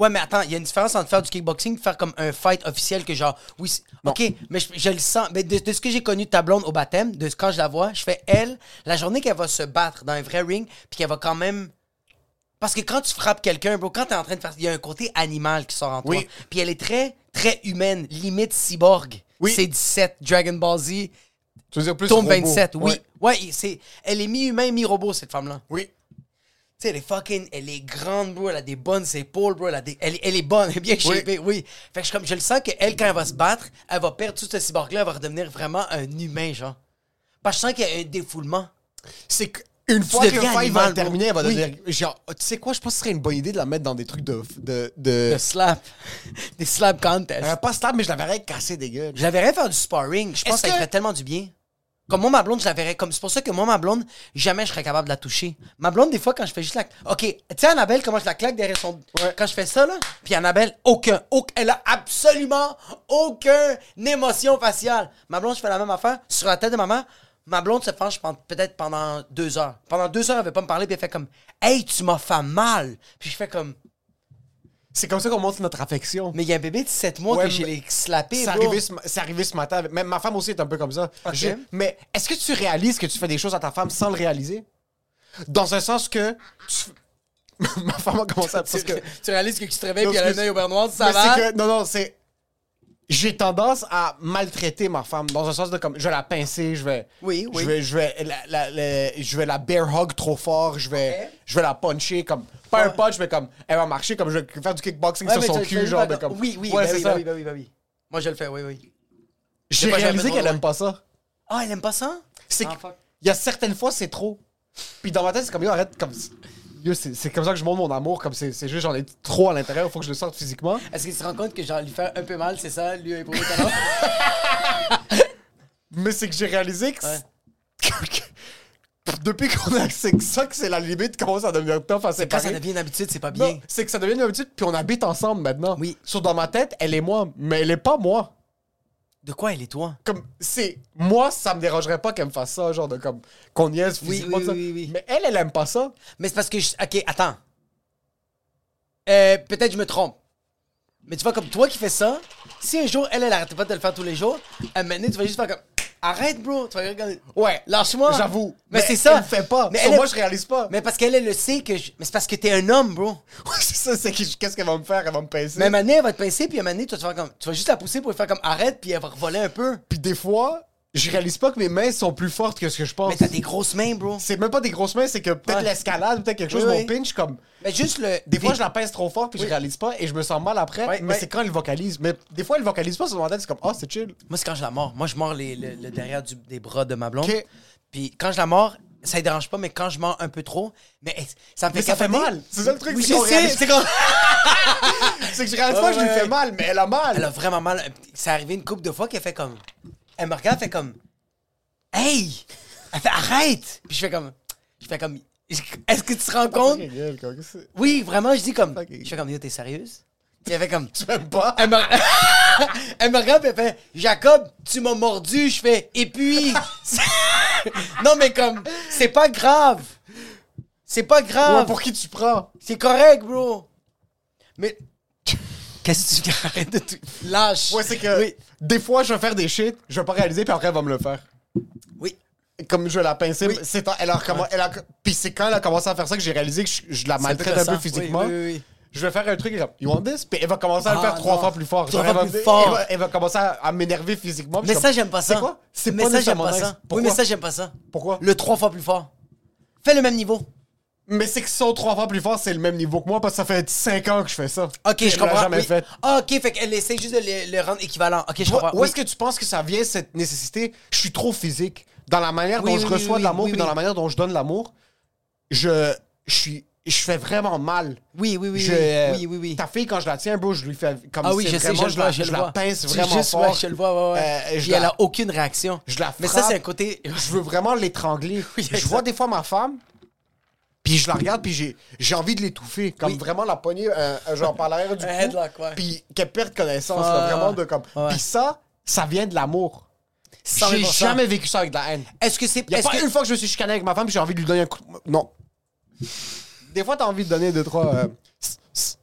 Ouais, mais attends, il y a une différence entre faire du kickboxing et faire comme un fight officiel que genre, oui, c'est- ok, mais je, je le sens. Mais de, de ce que j'ai connu de ta blonde au baptême, de quand je la vois, je fais elle, la journée qu'elle va se battre dans un vrai ring, puis qu'elle va quand même. Parce que quand tu frappes quelqu'un, bro, quand t'es en train de faire. Il y a un côté animal qui sort en toi. Oui. Puis elle est très, très humaine, limite cyborg. Oui. C'est dix-sept, Dragon Ball Z, Tu veux dire plus tombe robot. vingt-sept, oui. Ouais. Ouais, c'est, elle est mi-humain, mi-robot, cette femme-là. Oui. Tu sais, elle est fucking... Elle est grande, bro. Elle a des bonnes épaules, bro. Elle, a des, elle, elle est bonne. Elle est bien Oui. shapée, oui. Fait que je, comme, je le sens qu'elle, quand elle va se battre, elle va perdre tout ce cyborg-là. Elle va redevenir vraiment un humain, genre. Parce que je sens qu'il y a un défoulement. C'est qu'une fois que le deviens fight va animal, terminer, elle va oui. devenir... Genre, tu sais quoi, je pense que ce serait une bonne idée de la mettre dans des trucs de... de, de... De slap. Des slap contests. Euh, pas slap, mais je la verrais casser des gueules. Je la verrais faire du sparring. Je pense Est-ce que ça que- ferait tellement du bien. Comme moi, ma blonde, je la verrais comme... C'est pour ça que moi, ma blonde, jamais je serais capable de la toucher. Ma blonde, des fois, quand je fais juste la... OK, tu sais, Annabelle, comment je la claque derrière son... Ouais. Quand je fais ça, là, puis Annabelle, aucun, aucun... Elle a absolument aucune émotion faciale. Ma blonde, je fais la même affaire sur la tête de ma mère. Ma blonde se penche pen- peut-être pendant deux heures. Pendant deux heures, elle veut pas me parler, puis elle fait comme... Hey, tu m'as fait mal. Puis je fais comme... C'est comme ça qu'on montre notre affection. Mais il y a un bébé de sept mois Ouais, que j'ai mais les slappé, C'est bro. arrivé, ce, c'est arrivé ce matin. avec- Même ma femme aussi est un peu comme ça. Ok. Je- mais est-ce que tu réalises que tu fais des choses à ta femme sans le réaliser? Dans un sens que... tu- ma femme a commencé à... Parce que, Tu réalises que tu te réveilles Non, puis elle a parce un que- œil au beurre noir, ça mais va? c'est que... Non, non, c'est... J'ai tendance à maltraiter ma femme dans un sens de comme... Je vais la pincer, je vais... Oui, oui. Je vais, je vais, la, la- la- je vais la bear hug trop fort, je vais, Ok. je vais la puncher comme... Pas un Ouais. punch, mais comme... Elle va marcher comme je vais faire du kickboxing Ouais, sur mais son tu- tu cul, fais genre pas de comme... Oui, oui, ouais, ben c'est oui, ça. ben oui, ben oui, ben oui. Moi, je le fais, oui, oui. J'ai pas jamais réalisé trop qu'elle loin. aime pas ça. Ah, elle aime pas ça? C'est Ah, que- fuck. il y a certaines fois, c'est trop. Puis dans ma tête, c'est comme, yo, arrête, comme... Yo, c'est, c'est comme ça que je montre mon amour, comme c'est, c'est juste, j'en ai trop à l'intérieur, il faut que je le sorte physiquement. Est-ce qu'il se rend compte que genre lui faire un peu mal, c'est ça, lui a éprouvé talent? Mais c'est que j'ai réalisé que... Ouais. que- depuis qu'on a... C'est que ça que c'est la limite, commence à devenir tough à Quand séparer. ça devient une habitude, c'est pas Non, bien. c'est que ça devient une habitude, puis on habite ensemble maintenant. Oui. Sur dans ma tête, elle est moi, mais elle est pas moi. De quoi elle est toi? Comme, c'est... Moi, ça me dérangerait pas qu'elle me fasse ça, genre de comme... Qu'on niaise Oui, physiquement, oui, ça. oui, oui. Mais elle, elle aime pas ça. Mais c'est parce que je... Ok, attends. Euh, peut-être je me trompe. Mais tu vois, comme toi qui fais ça, si un jour, elle, elle arrêtait pas de le faire tous les jours, à un moment donné, tu vas juste faire comme... Arrête, bro. Tu vas regarder. Ouais. Lâche-moi. J'avoue. Mais, c'est ça. Elle le fait pas. Mais Sur elle- moi, je réalise pas. Mais parce qu'elle, elle le sait que je... Mais c'est parce que t'es un homme, bro. Ouais, c'est ça, c'est que- qu'est-ce qu'elle va me faire? Elle va me pincer. Mais à un moment donné, elle va te pincer, puis à un moment donné, tu vas, te faire comme... tu vas juste la pousser pour lui faire comme arrête, puis elle va revoler un peu. Puis des fois, je réalise pas que mes mains sont plus fortes que ce que je pense. Mais t'as des grosses mains, bro. C'est même pas des grosses mains, c'est que peut-être Ouais. l'escalade, peut-être quelque chose, Oui, mon oui. pinch, comme... Mais juste le. Des fois, je la pince trop fort, puis Oui. je réalise pas, et je me sens mal après, Ouais, mais ouais. c'est quand elle vocalise. Mais des fois, elle vocalise pas sur ma tête, c'est comme, oh, c'est chill. Moi, c'est quand je la mords. Moi, je mords les, le, le derrière du- des bras de ma blonde. Ok. Puis quand je la mords, ça ne dérange pas, mais quand je mords un peu trop, mais ça me fait Mais ça fait capoter. mal. C'est ça le truc, Oui, c'est je qu'on sais. réalise- C'est comme. C'est que je réalise Ouais, pas que je lui ouais, fais ouais. mal, mais elle a mal. Elle a vraiment mal. C'est arrivé une couple de fois qu'elle fait comme. Elle me regarde, elle fait comme. Hey! Elle fait arrête! Puis je fais comme. Je fais comme. Est-ce que tu te rends compte? Gueule, quoi, qu'est-ce que c'est? Oui, vraiment, je dis comme. Ok. Je fais comme, yo, t'es sérieuse? Puis elle fait comme. Tu m'aimes pas? Elle me... elle me regarde et elle fait Jacob, tu m'as mordu. Je fais et puis. Non, mais comme, c'est pas grave. C'est pas grave. Ouais, pour qui tu prends? C'est correct, bro. Mais. Qu'est-ce que tu arrête de tout. Lâche. Ouais, c'est que Oui. des fois, je vais faire des shit, je vais pas réaliser, puis après, elle va me le faire. Oui. Comme je vais la pincer, Oui. c'est elle a recommen- elle a- puis c'est quand elle a commencé à faire ça que j'ai réalisé que je, je la C'est maltraite un peu gossant. physiquement. Oui, oui, oui. Je vais faire un truc, elle est comme, you want this? Puis elle va commencer à le Ah, faire trois non. fois plus fort. Trois Genre, fois elle va- plus fort. Elle va, elle va commencer à, à m'énerver physiquement. puis Mais je ça, suis j'aime pas comme, ça. C'est quoi? C'est mais pas ça, j'aime nécessairement pas nice. ça. Pourquoi? Oui, mais ça, j'aime pas ça. Pourquoi? Le trois fois plus fort. Fais le même niveau. Mais c'est que son trois fois plus fort, c'est le même niveau que moi, parce que ça fait cinq ans que je fais ça. Ok, Puis je elle l'a comprends. jamais oui. fait. Ah, ok, fait qu'elle essaie juste de le, le rendre équivalent. Ok, je Toi, comprends. où Oui. est-ce que tu penses que ça vient, cette nécessité? Je suis trop physique. Dans la manière Oui, dont oui, je oui, reçois oui, de l'amour, oui, puis oui. dans la manière dont je donne l'amour, je, je suis... Je fais vraiment mal. Oui, oui, oui. Je, oui. euh, oui, oui, oui. Ta fille, quand je la tiens, bro, je lui fais comme Ah oui, c'est je sais, vraiment, je le la- vois, je, je le la vois. pince Tu vraiment juste, fort. Ouais, je le vois, ouais, ouais. Euh, je Puis la- elle a aucune réaction. Je la Mais ça, frappe. c'est un côté. Je veux vraiment l'étrangler. Oui, je exact. vois des fois ma femme, puis je la regarde, puis j'ai, j'ai envie de l'étouffer. Comme Oui. vraiment la poignée, euh, euh, genre par l'arrière du Un cou. headlock, ouais. Puis qu'elle perde connaissance, Ah, là, vraiment de comme. ouais. Puis ça, ça vient de l'amour. cent J'ai mille pour cent. jamais vécu ça avec de la haine. Est-ce que c'est. Il y a est-ce pas que- une fois que je me suis chicané avec ma femme, puis j'ai envie de lui donner un coup de... Non. Des fois, t'as envie de donner deux, trois... euh,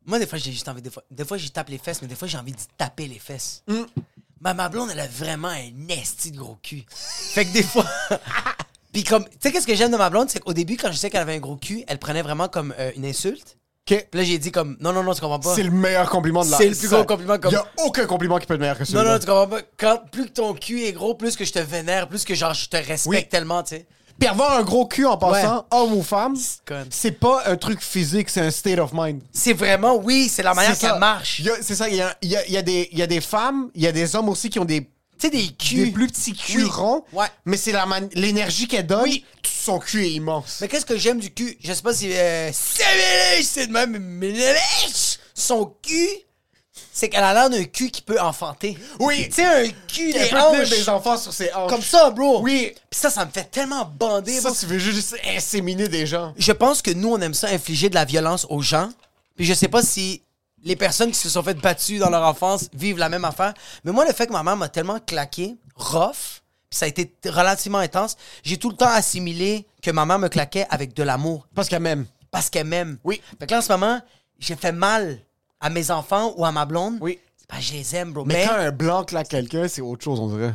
Moi, des fois, j'ai juste envie... Des fois, des fois j'y tape les fesses, mais des fois, j'ai envie d'y taper les fesses. Mm. Ma, ma blonde, elle a vraiment un esti de gros cul. Fait que des fois... Puis comme... Tu sais, qu'est-ce que j'aime de ma blonde? C'est qu'au début, quand je sais qu'elle avait un gros cul, elle prenait vraiment comme euh, une insulte. Okay. Puis là, j'ai dit comme... Non, non, non, tu comprends pas. C'est le meilleur compliment de la... C'est le plus gros compliment. Comme... Il y a aucun compliment qui peut être meilleur que celui-là. Non, non, tu comprends pas. Quand, plus que ton cul est gros, plus que je te vénère, plus que genre je te respecte oui. tellement, tu sais. Puis avoir un gros cul en passant, ouais. homme ou femme, c'est pas un truc physique, c'est un state of mind. C'est vraiment, oui, c'est la manière qu'elle marche. C'est ça, il y a, y, a, y, a des, y a des femmes, il y a des hommes aussi qui ont des... Tu sais, des culs. Des plus petits culs oui. ronds. Ouais. Mais c'est la man... l'énergie qu'elle donne. Oui. Son cul est immense. Mais qu'est-ce que j'aime du cul? Je sais pas si... Euh, c'est de même... Son cul... C'est qu'elle a l'air d'un cul qui peut enfanter. Oui. Tu sais, un cul des hanches. Elle peut des enfants sur ses hanches. Comme ça, bro. Oui. Puis ça, ça me fait tellement bander. Ça, bro. tu veux juste inséminer des gens. Je pense que nous, on aime ça, infliger de la violence aux gens. Puis je sais pas si les personnes qui se sont faites battues dans leur enfance vivent la même affaire. Mais moi, le fait que ma mère m'a tellement claqué, rough, puis ça a été relativement intense, j'ai tout le temps assimilé que ma mère me claquait avec de l'amour. Parce qu'elle m'aime. Parce qu'elle m'aime. Oui. Fait que là, en ce moment, j'ai fait mal à mes enfants ou à ma blonde. Oui. Ben, je les aime, bro. Mais, mais quand un blanc claque quelqu'un, c'est autre chose, on dirait.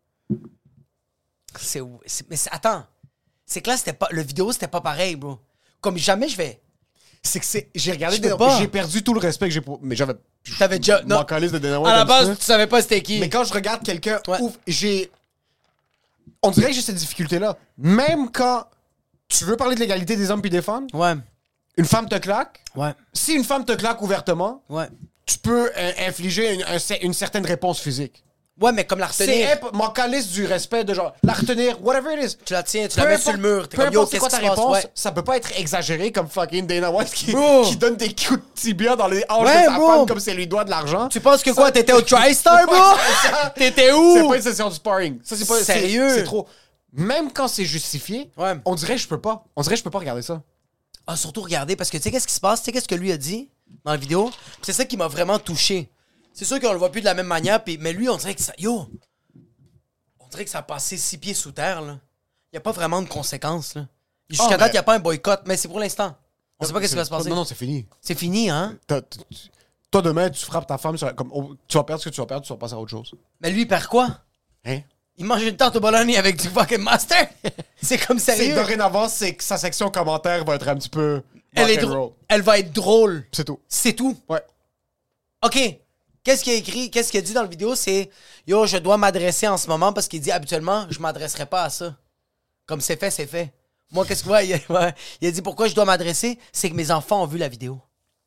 C'est... c'est mais c'est... Attends. C'est que là, c'était pas... le vidéo, c'était pas pareil, bro. Comme jamais je vais... C'est que c'est... J'ai regardé... Des... J'ai perdu tout le respect que j'ai pour... Mais j'avais... T'avais déjà... Non. Mon calice de Dana White. À la base, tu savais pas c'était qui. Mais quand je regarde quelqu'un... Ouais. Ouf, j'ai... On dirait que j'ai cette difficulté-là. Même quand tu veux parler de l'égalité des hommes puis des femmes... Ouais. Une femme te claque. Ouais. Si une femme te claque ouvertement... Ouais. Tu peux euh, infliger une, un, une certaine réponse physique. Ouais, mais comme la retenir. C'est mon calice du respect de genre, la retenir, whatever it is. Tu la tiens, tu peu la mets importe, sur le mur. T'es peu comme, yo, importe c'est quoi ta réponse, ouais. Ça peut pas être exagéré comme fucking Dana White qui, qui donne des coups de tibia dans les hanches ouais, de sa bro. Femme comme si elle lui doit de l'argent. Tu penses que ça, quoi, t'étais au TriStar, bro? T'étais où? C'est pas une session du sparring. Ça, c'est pas sérieux. C'est trop. Même quand c'est justifié, ouais. On dirait que je peux pas. On dirait que je peux pas regarder ça. Ah, surtout regarder, parce que tu sais qu'est-ce qui se passe? Tu sais qu'est-ce que lui a dit dans la vidéo? C'est ça qui m'a vraiment touché. C'est sûr qu'on le voit plus de la même manière, pis, mais lui, on dirait que ça... Yo! On dirait que ça a passé six pieds sous terre, là. Il n'y a pas vraiment de conséquences, là. Jusqu'à oh, date, il mais... n'y a pas un boycott, mais c'est pour l'instant. On sait pas qu'est-ce qui va se passer. Non, non, c'est fini. C'est fini, hein? T'as, t'as, toi, demain, tu frappes ta femme, sur, comme, oh, tu vas perdre ce que tu vas perdre, tu vas passer à autre chose. Mais lui, il perd quoi? Hein? Il mange une tarte au bologna avec du fucking master! C'est comme sérieux. C'est dorénavant, c'est que sa section commentaire va être un petit peu... Elle, est dro- elle va être drôle. C'est tout. C'est tout? Ouais. OK. Qu'est-ce qu'il a écrit? Qu'est-ce qu'il a dit dans la vidéo? C'est « Yo, je dois m'adresser en ce moment parce qu'il dit habituellement, je m'adresserai pas à ça. Comme c'est fait, c'est fait. » Moi, qu'est-ce que... Ouais, il, a, ouais, il a dit « Pourquoi je dois m'adresser? C'est que mes enfants ont vu la vidéo. »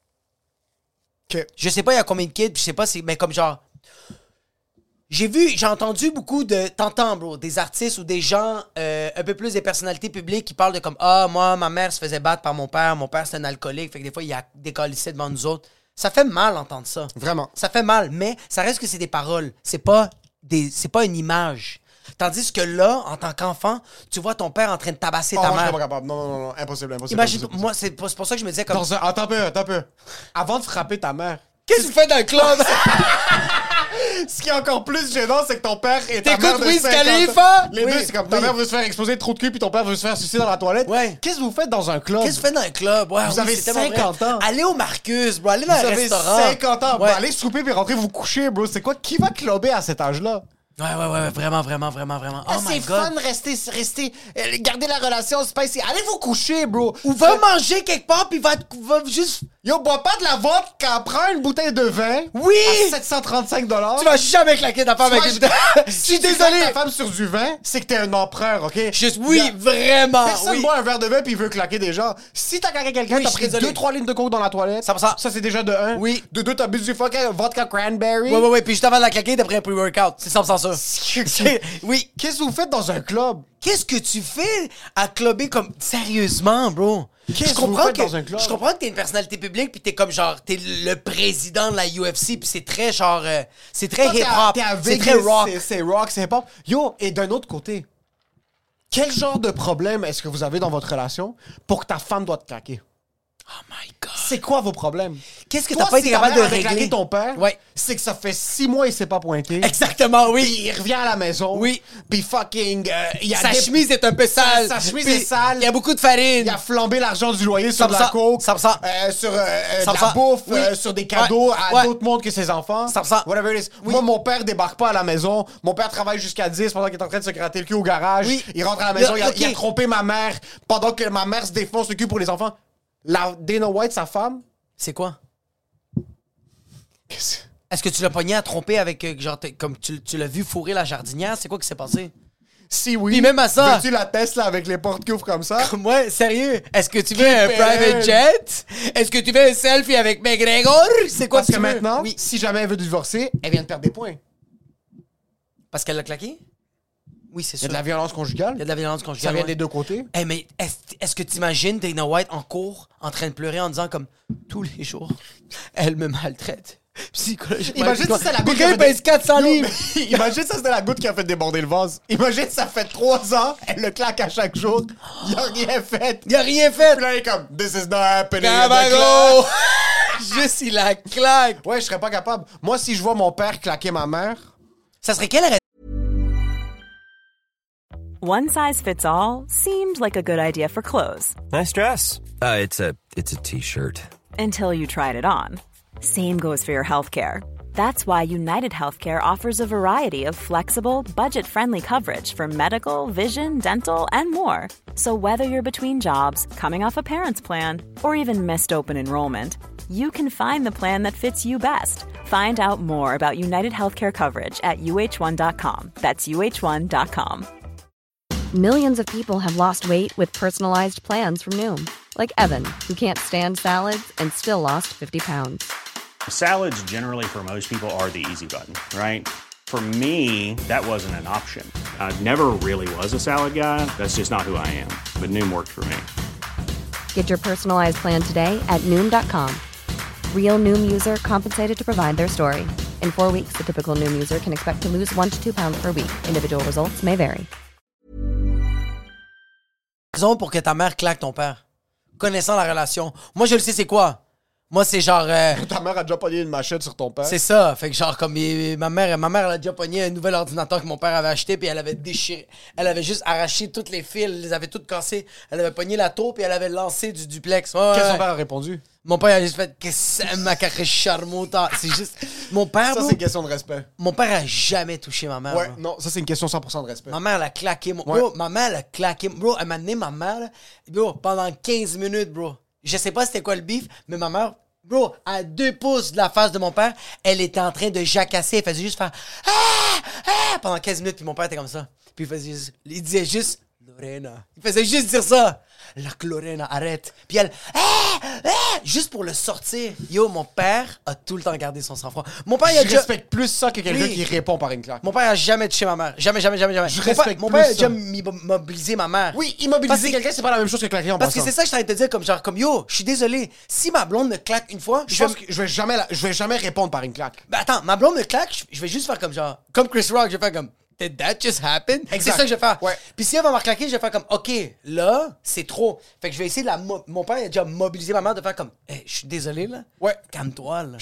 OK. Je sais pas il y a combien de kids, je sais pas si... Mais comme genre... J'ai vu, j'ai entendu beaucoup de... T'entends, bro, des artistes ou des gens, euh, un peu plus des personnalités publiques qui parlent de comme « Ah, moi, ma mère se faisait battre par mon père. Mon père, c'est un alcoolique. » Fait que des fois, il a décalissé devant nous autres. Ça fait mal d'entendre ça. Vraiment. Ça fait mal, mais ça reste que c'est des paroles. C'est pas des, c'est pas une image. Tandis que là, en tant qu'enfant, tu vois ton père en train de tabasser oh, ta moi, mère. Je suis pas capable. Non, non, non, impossible, impossible. Imagine, impossible. moi, c'est pour, c'est pour ça que je me disais comme... Dans un... Attends un peu, attends un peu. Avant de frapper ta mère... Qu'est-ce que tu fais dans le club? Ce qui est encore plus gênant, c'est que ton père et ta mère de Wiz cinquante Khalifa? Les oui, deux, c'est comme ta oui. mère veut se faire exploser trop de cul puis ton père veut se faire sucer dans la toilette. Ouais. Qu'est-ce que vous faites dans un club? Qu'est-ce que vous faites dans un club? Ouais, vous oui, avez cinquante ans. Allez au Marcus, bro. Allez dans vous un avez restaurant. cinquante ans. Ouais. Allez souper puis rentrer vous coucher, bro. C'est quoi? Qui va clubber à cet âge-là? Ouais, ouais, ouais, vraiment, vraiment, vraiment, vraiment. Oh ah, my c'est God. fun, rester, rester, euh, garder la relation spicy. Allez vous coucher, bro. Ou va manger quelque part, puis va, va juste... Yo, bois pas de la vodka, prends une bouteille de vin. Oui! À sept cent trente-cinq dollars. Tu vas jamais claquer ta femme avec une bouteille. Je suis désolé. Si ta femme sur du vin, c'est que t'es un empereur, OK? Juste, oui, a... vraiment. Personne oui. boit un verre de vin puis il veut claquer des gens. Si t'as claqué quelqu'un, oui, t'as pris deux trois lignes de coke dans la toilette. Ça, ça. Ça, c'est déjà de un. Oui. De deux, t'as bu du fucking vodka cranberry. Ouais, ouais, ouais. Puis juste avant de la claquer, t'as pris un pre-workout. C'est cent pour cent ça. Oui. Qu'est-ce que vous faites dans un club? Qu'est-ce que tu fais à clubber comme... Sérieusement, bro? Qu'est-ce que vous faites dans un club? Je comprends que t'es une personnalité publique pis t'es comme genre... T'es le président de la U F C pis c'est très genre... Euh, c'est très hip-hop. C'est très rock. C'est, c'est rock, c'est hip-hop. Yo, et d'un autre côté, quel genre de problème est-ce que vous avez dans votre relation pour que ta femme doit te claquer? Oh my God. c'est quoi vos problèmes? Qu'est-ce que Toi, t'as pas si été ta capable mère de avait régler? claqué ton père, Ouais. c'est que ça fait six mois il s'est pas pointé. Exactement, oui. Puis il revient à la maison. Oui. Puis fucking... euh, il a Sa des- chemise est un peu sale. Sa, sa chemise Puis est sale. Il y a beaucoup de farine. Il a flambé l'argent du loyer sur de la cent pour cent. coke, cent pour cent. euh, sur euh, euh, cent de pour la cent. bouffe, Oui. euh, sur des cadeaux Ouais. à Ouais. d'autres mondes que ses enfants. cent pour cent. Whatever it is. Oui. Moi, mon père débarque pas à la maison. Mon père travaille jusqu'à dix pendant qu'il est en train de se gratter le cul au garage. Oui. Il rentre à la maison, Là, il, a, ok. il a trompé ma mère pendant que ma mère se défonce le cul pour les enfants. La Dana White, sa femme... C'est quoi? Est-ce que tu l'as pogné à tromper avec, euh, genre, t'es- comme tu, tu l'as vu fourrer la jardinière? C'est quoi qui s'est passé? Si oui. Puis même à ça- Veux-tu la Tesla avec les portes qui ouvrent comme ça? Ouais, sérieux? Est-ce que tu veux un Keep it private in. jet? Est-ce que tu veux un selfie avec McGregor? C'est quoi Parce que que tu veux? maintenant, Oui. si jamais elle veut divorcer, elle vient de perdre des points. Parce qu'elle l'a claqué? Oui, c'est Il y a sûr. de la violence conjugale. Il y a de la violence conjugale. Ça vient ouais. des deux côtés. Hey, mais est-ce, est-ce que tu imagines Dana White en cours, en train de pleurer, en disant comme tous les jours, elle me maltraite psychologiquement. Imagine si c'était la goutte Puis qui a il fait pèse des- quatre cents Yo, livres. mais Imagine ça, c'était la goutte qui a fait déborder le vase. Imagine ça fait trois ans, elle le claque à chaque jour, il a rien fait. Il a rien fait. Puis là, il est comme, this is not happening. Cabago! Juste, il la claque. Ouais, je serais pas capable. Moi, si je vois mon père claquer ma mère, Ça serait quelle raison? One size fits all seemed like a good idea for clothes Nice dress. Uh, it's a it's a t-shirt. until you tried it on. Same goes for your healthcare. That's why United Healthcare offers a variety of flexible, budget-friendly coverage for medical, vision, dental, and more. So whether you're between jobs, coming off a parent's plan, or even missed open enrollment, you can find the plan that fits you best. Find out more about United Healthcare coverage at U H one dot com. That's U H one dot com. Millions of people have lost weight with personalized plans from Noom. Like Evan, who can't stand salads and still lost fifty pounds. Salads generally for most people are the easy button, right? For me, that wasn't an option. I never really was a salad guy. That's just not who I am. But Noom worked for me. Get your personalized plan today at Noom dot com. Real Noom user compensated to provide their story. In four weeks, the typical Noom user can expect to lose one to two pounds per week. Individual results may vary. Raison pour que ta mère claque ton père. Connaissant la relation. Moi, je le sais, c'est quoi? Moi, c'est genre... euh, ta mère a déjà pogné une machette sur ton père. c'est ça. Fait que genre, comme il- ma mère, ma mère, elle a déjà pogné un nouvel ordinateur que mon père avait acheté, puis elle avait déchiré. Elle avait juste arraché toutes les fils, elle les avait toutes cassées. Elle avait pogné la taupe, et elle avait lancé du duplex. Ouais, Qu'est-ce que ouais. son père a répondu? Mon père a juste fait que c'est ma carré charmota. C'est juste. Mon père, Ça, bro, c'est une question de respect. mon père a jamais touché ma mère. Ouais, bro. non, ça, c'est une question cent pour cent de respect. Ma mère, elle a claqué. Mon... Ouais. Bro, ma mère, elle a claqué. Bro, elle m'a donné ma mère, là, bro, pendant quinze minutes, bro. Je sais pas c'était quoi le bif, mais ma mère, bro, à deux pouces de la face de mon père, elle était en train de jacasser. Elle faisait juste faire ah, ah, pendant quinze minutes, puis mon père était comme ça. Puis il faisait juste, il disait juste Lorena. Il faisait juste dire ça. La Lorena, arrête. Puis elle, ah, ah, juste pour le sortir. Yo, mon père a tout le temps gardé son sang-froid. Mon père, il a Je déjà. respecte plus ça que quelqu'un Oui. qui répond par une claque. Mon père a jamais touché ma mère. Jamais, jamais, jamais, jamais. Je mon père, respecte mon plus père a ça. déjà mi- mobilisé ma mère. Oui, Parce immobiliser que- quelqu'un, c'est pas la même chose que claquer en Parce que passant. c'est ça que je suis en train de te dire, comme genre, comme yo, je suis désolé. Si ma blonde me claque une fois, Je je vais. pense que je vais jamais, la- je vais jamais répondre par une claque. Ben attends, ma blonde me claque, je- je vais juste faire comme genre. Comme Chris Rock, je vais faire comme. Did that just happen? C'est Exact. ça que je vais faire. Ouais. Puis si elle va me reclaquer, je vais faire comme, OK, là, c'est trop. Fait que je vais essayer de la. mo- Mon père a déjà mobilisé ma mère de faire comme, hey, je suis désolé, là. Ouais. Calme-toi, là.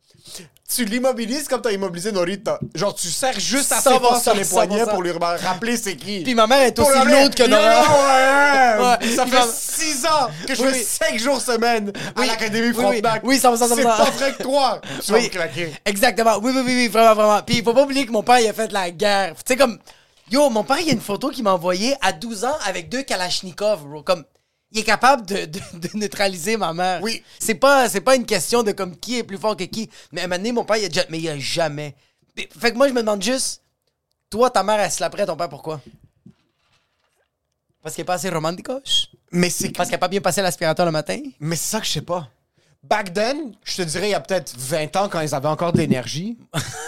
Tu l'immobilises comme t'as immobilisé Norita. Genre, tu serres juste assez cent pour cent, fort sur les cent poignets pour cent. pour lui rappeler c'est qui. Puis ma mère est Pour aussi rappeler, lourde que Yo, Nora. ouais. Ouais. Ça Puis fait ma- six ans que je Oui, fais oui. cinq jours semaine à Oui. l'Académie Oui, oui. Frontenac. Oui, cent pour cent, cent pour C'est cent. pas vrai que toi, tu vas Oui, me claquer. exactement. Oui, oui, oui, oui, vraiment, vraiment. Puis il faut pas oublier que mon père, il a fait la guerre. Tu sais, comme, yo, mon père, il y a une photo qu'il m'a envoyée à douze ans avec deux Kalachnikov, bro. Comme, il est capable de, de, de neutraliser ma mère. Oui. C'est pas, c'est pas une question de comme qui est plus fort que qui. Mais à un moment donné, mon père, il a déjà, mais il a jamais. Fait que moi, je me demande juste, toi, ta mère, elle se l'apprête ton père, pourquoi? Parce qu'il est pas assez romanticos? Mais c'est Parce qu'il a pas bien passé l'aspirateur le matin? Mais c'est ça que je sais pas. Back then, je te dirais, il y a peut-être vingt ans, quand ils avaient encore de l'énergie,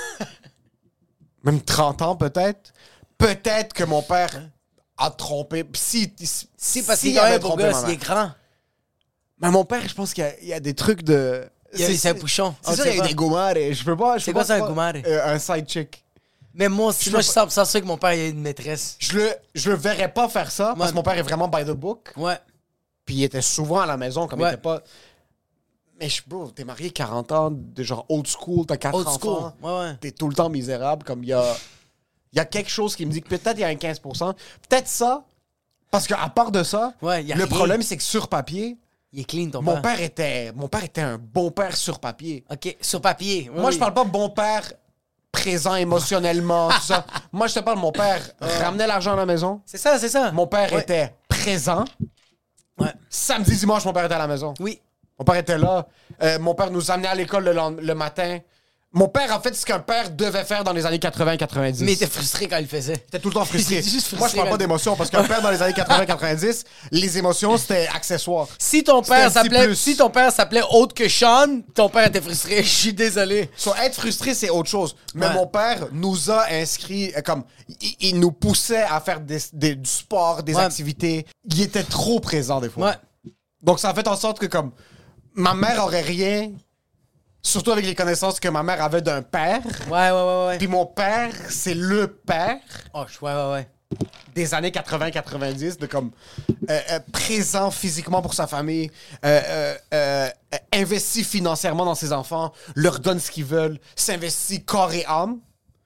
même trente ans peut-être, peut-être que mon père a trompé. Pis si, Si, parce s'il qu'il est quand même avait un beau trompé gosse, ma il est mère. grand. Mais mon père, je pense qu'il y a, il y a des trucs de... Il y a- c'est un bouchon. C'est On ça, sait il y a pas. des gomares. Je peux pas... je C'est peux quoi pas ça, un croire- gomare? Euh, un side chick. Mais moi aussi, Je moi, veux je pas- suis cent pour cent sûr que mon père, il a une maîtresse. Je le, je le verrais pas faire ça, parce Ouais. que mon père est vraiment by the book. Ouais. Puis il était souvent à la maison, comme Ouais. il était pas... Mais je, bro, t'es marié quarante ans, de genre old school, t'as quatre Old enfants. school, ouais, ouais. T'es tout le temps misérable. Comme il y a, il y a quelque chose qui me dit que peut-être il y a un quinze pour cent. Peut-être ça. Parce qu'à part de ça, Ouais, y a le rien. problème, c'est que sur papier, Il est clean, ton mon père. père était, mon père était un bon père sur papier. OK, sur papier. Oui, Moi, oui. je parle pas bon père présent émotionnellement, tout ça. Moi, je te parle, mon père ramenait l'argent à la maison. C'est ça, c'est ça. Mon père Ouais. était présent. Ouais. Samedi, dimanche, mon père était à la maison. Oui. Mon père était là. Euh, mon père nous amenait à l'école le, lend- le matin. Mon père a fait ce qu'un père devait faire dans les années quatre-vingts quatre-vingt-dix. Mais il était frustré quand il le faisait. Il était tout le temps frustré. Il était juste frustré Moi, je parle quand- pas d'émotions parce qu'un père dans les années quatre-vingts quatre-vingt-dix, les émotions, c'était accessoire. Si ton C'était un père petit s'appelait plus. si ton père s'appelait autre que Sean, ton père était frustré. Je suis désolé. So, être frustré, c'est autre chose. Mais Ouais. mon père nous a inscrits, euh, comme, il, il nous poussait à faire des, des- du sport, des Ouais. activités. Il était trop présent, des fois. Ouais. Donc, ça a fait en sorte que, comme, ma mère aurait rien, surtout avec les connaissances que ma mère avait d'un père. Ouais, ouais, ouais, ouais. Puis mon père, c'est le père Oh, je- ouais, ouais, ouais. des années quatre-vingts quatre-vingt-dix, de comme euh, euh, présent physiquement pour sa famille, euh, euh, euh, euh, investi financièrement dans ses enfants, leur donne ce qu'ils veulent, s'investit corps et âme.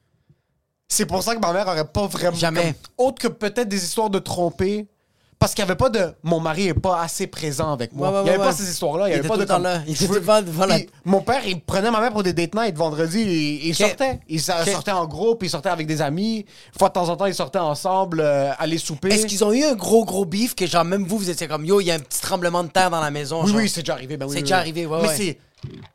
C'est pour ça que ma mère aurait pas vraiment... Jamais. comme- autre que peut-être des histoires de tromper, parce qu'il n'y avait pas de... Mon mari est pas assez présent avec moi. Ouais, ouais, il n'y avait ouais, pas ouais. ces histoires-là. Il y Il avait était pas tout de le temps comme, là. Il je était veux- tout le temps devant la- Puis mon père, il prenait ma mère pour des date night vendredi. Il, il Ok. sortait. Il sa- Ok. sortait en groupe, il sortait avec des amis. Une fois de temps en temps, ils sortaient ensemble, euh, aller souper. Est-ce qu'ils ont eu un gros, gros beef que, genre, même vous, vous étiez comme, yo, il y a un petit tremblement de terre dans la maison? Oui, genre. oui, c'est déjà arrivé. Ben oui, C'est oui, déjà oui. arrivé, ouais, Mais ouais. c'est...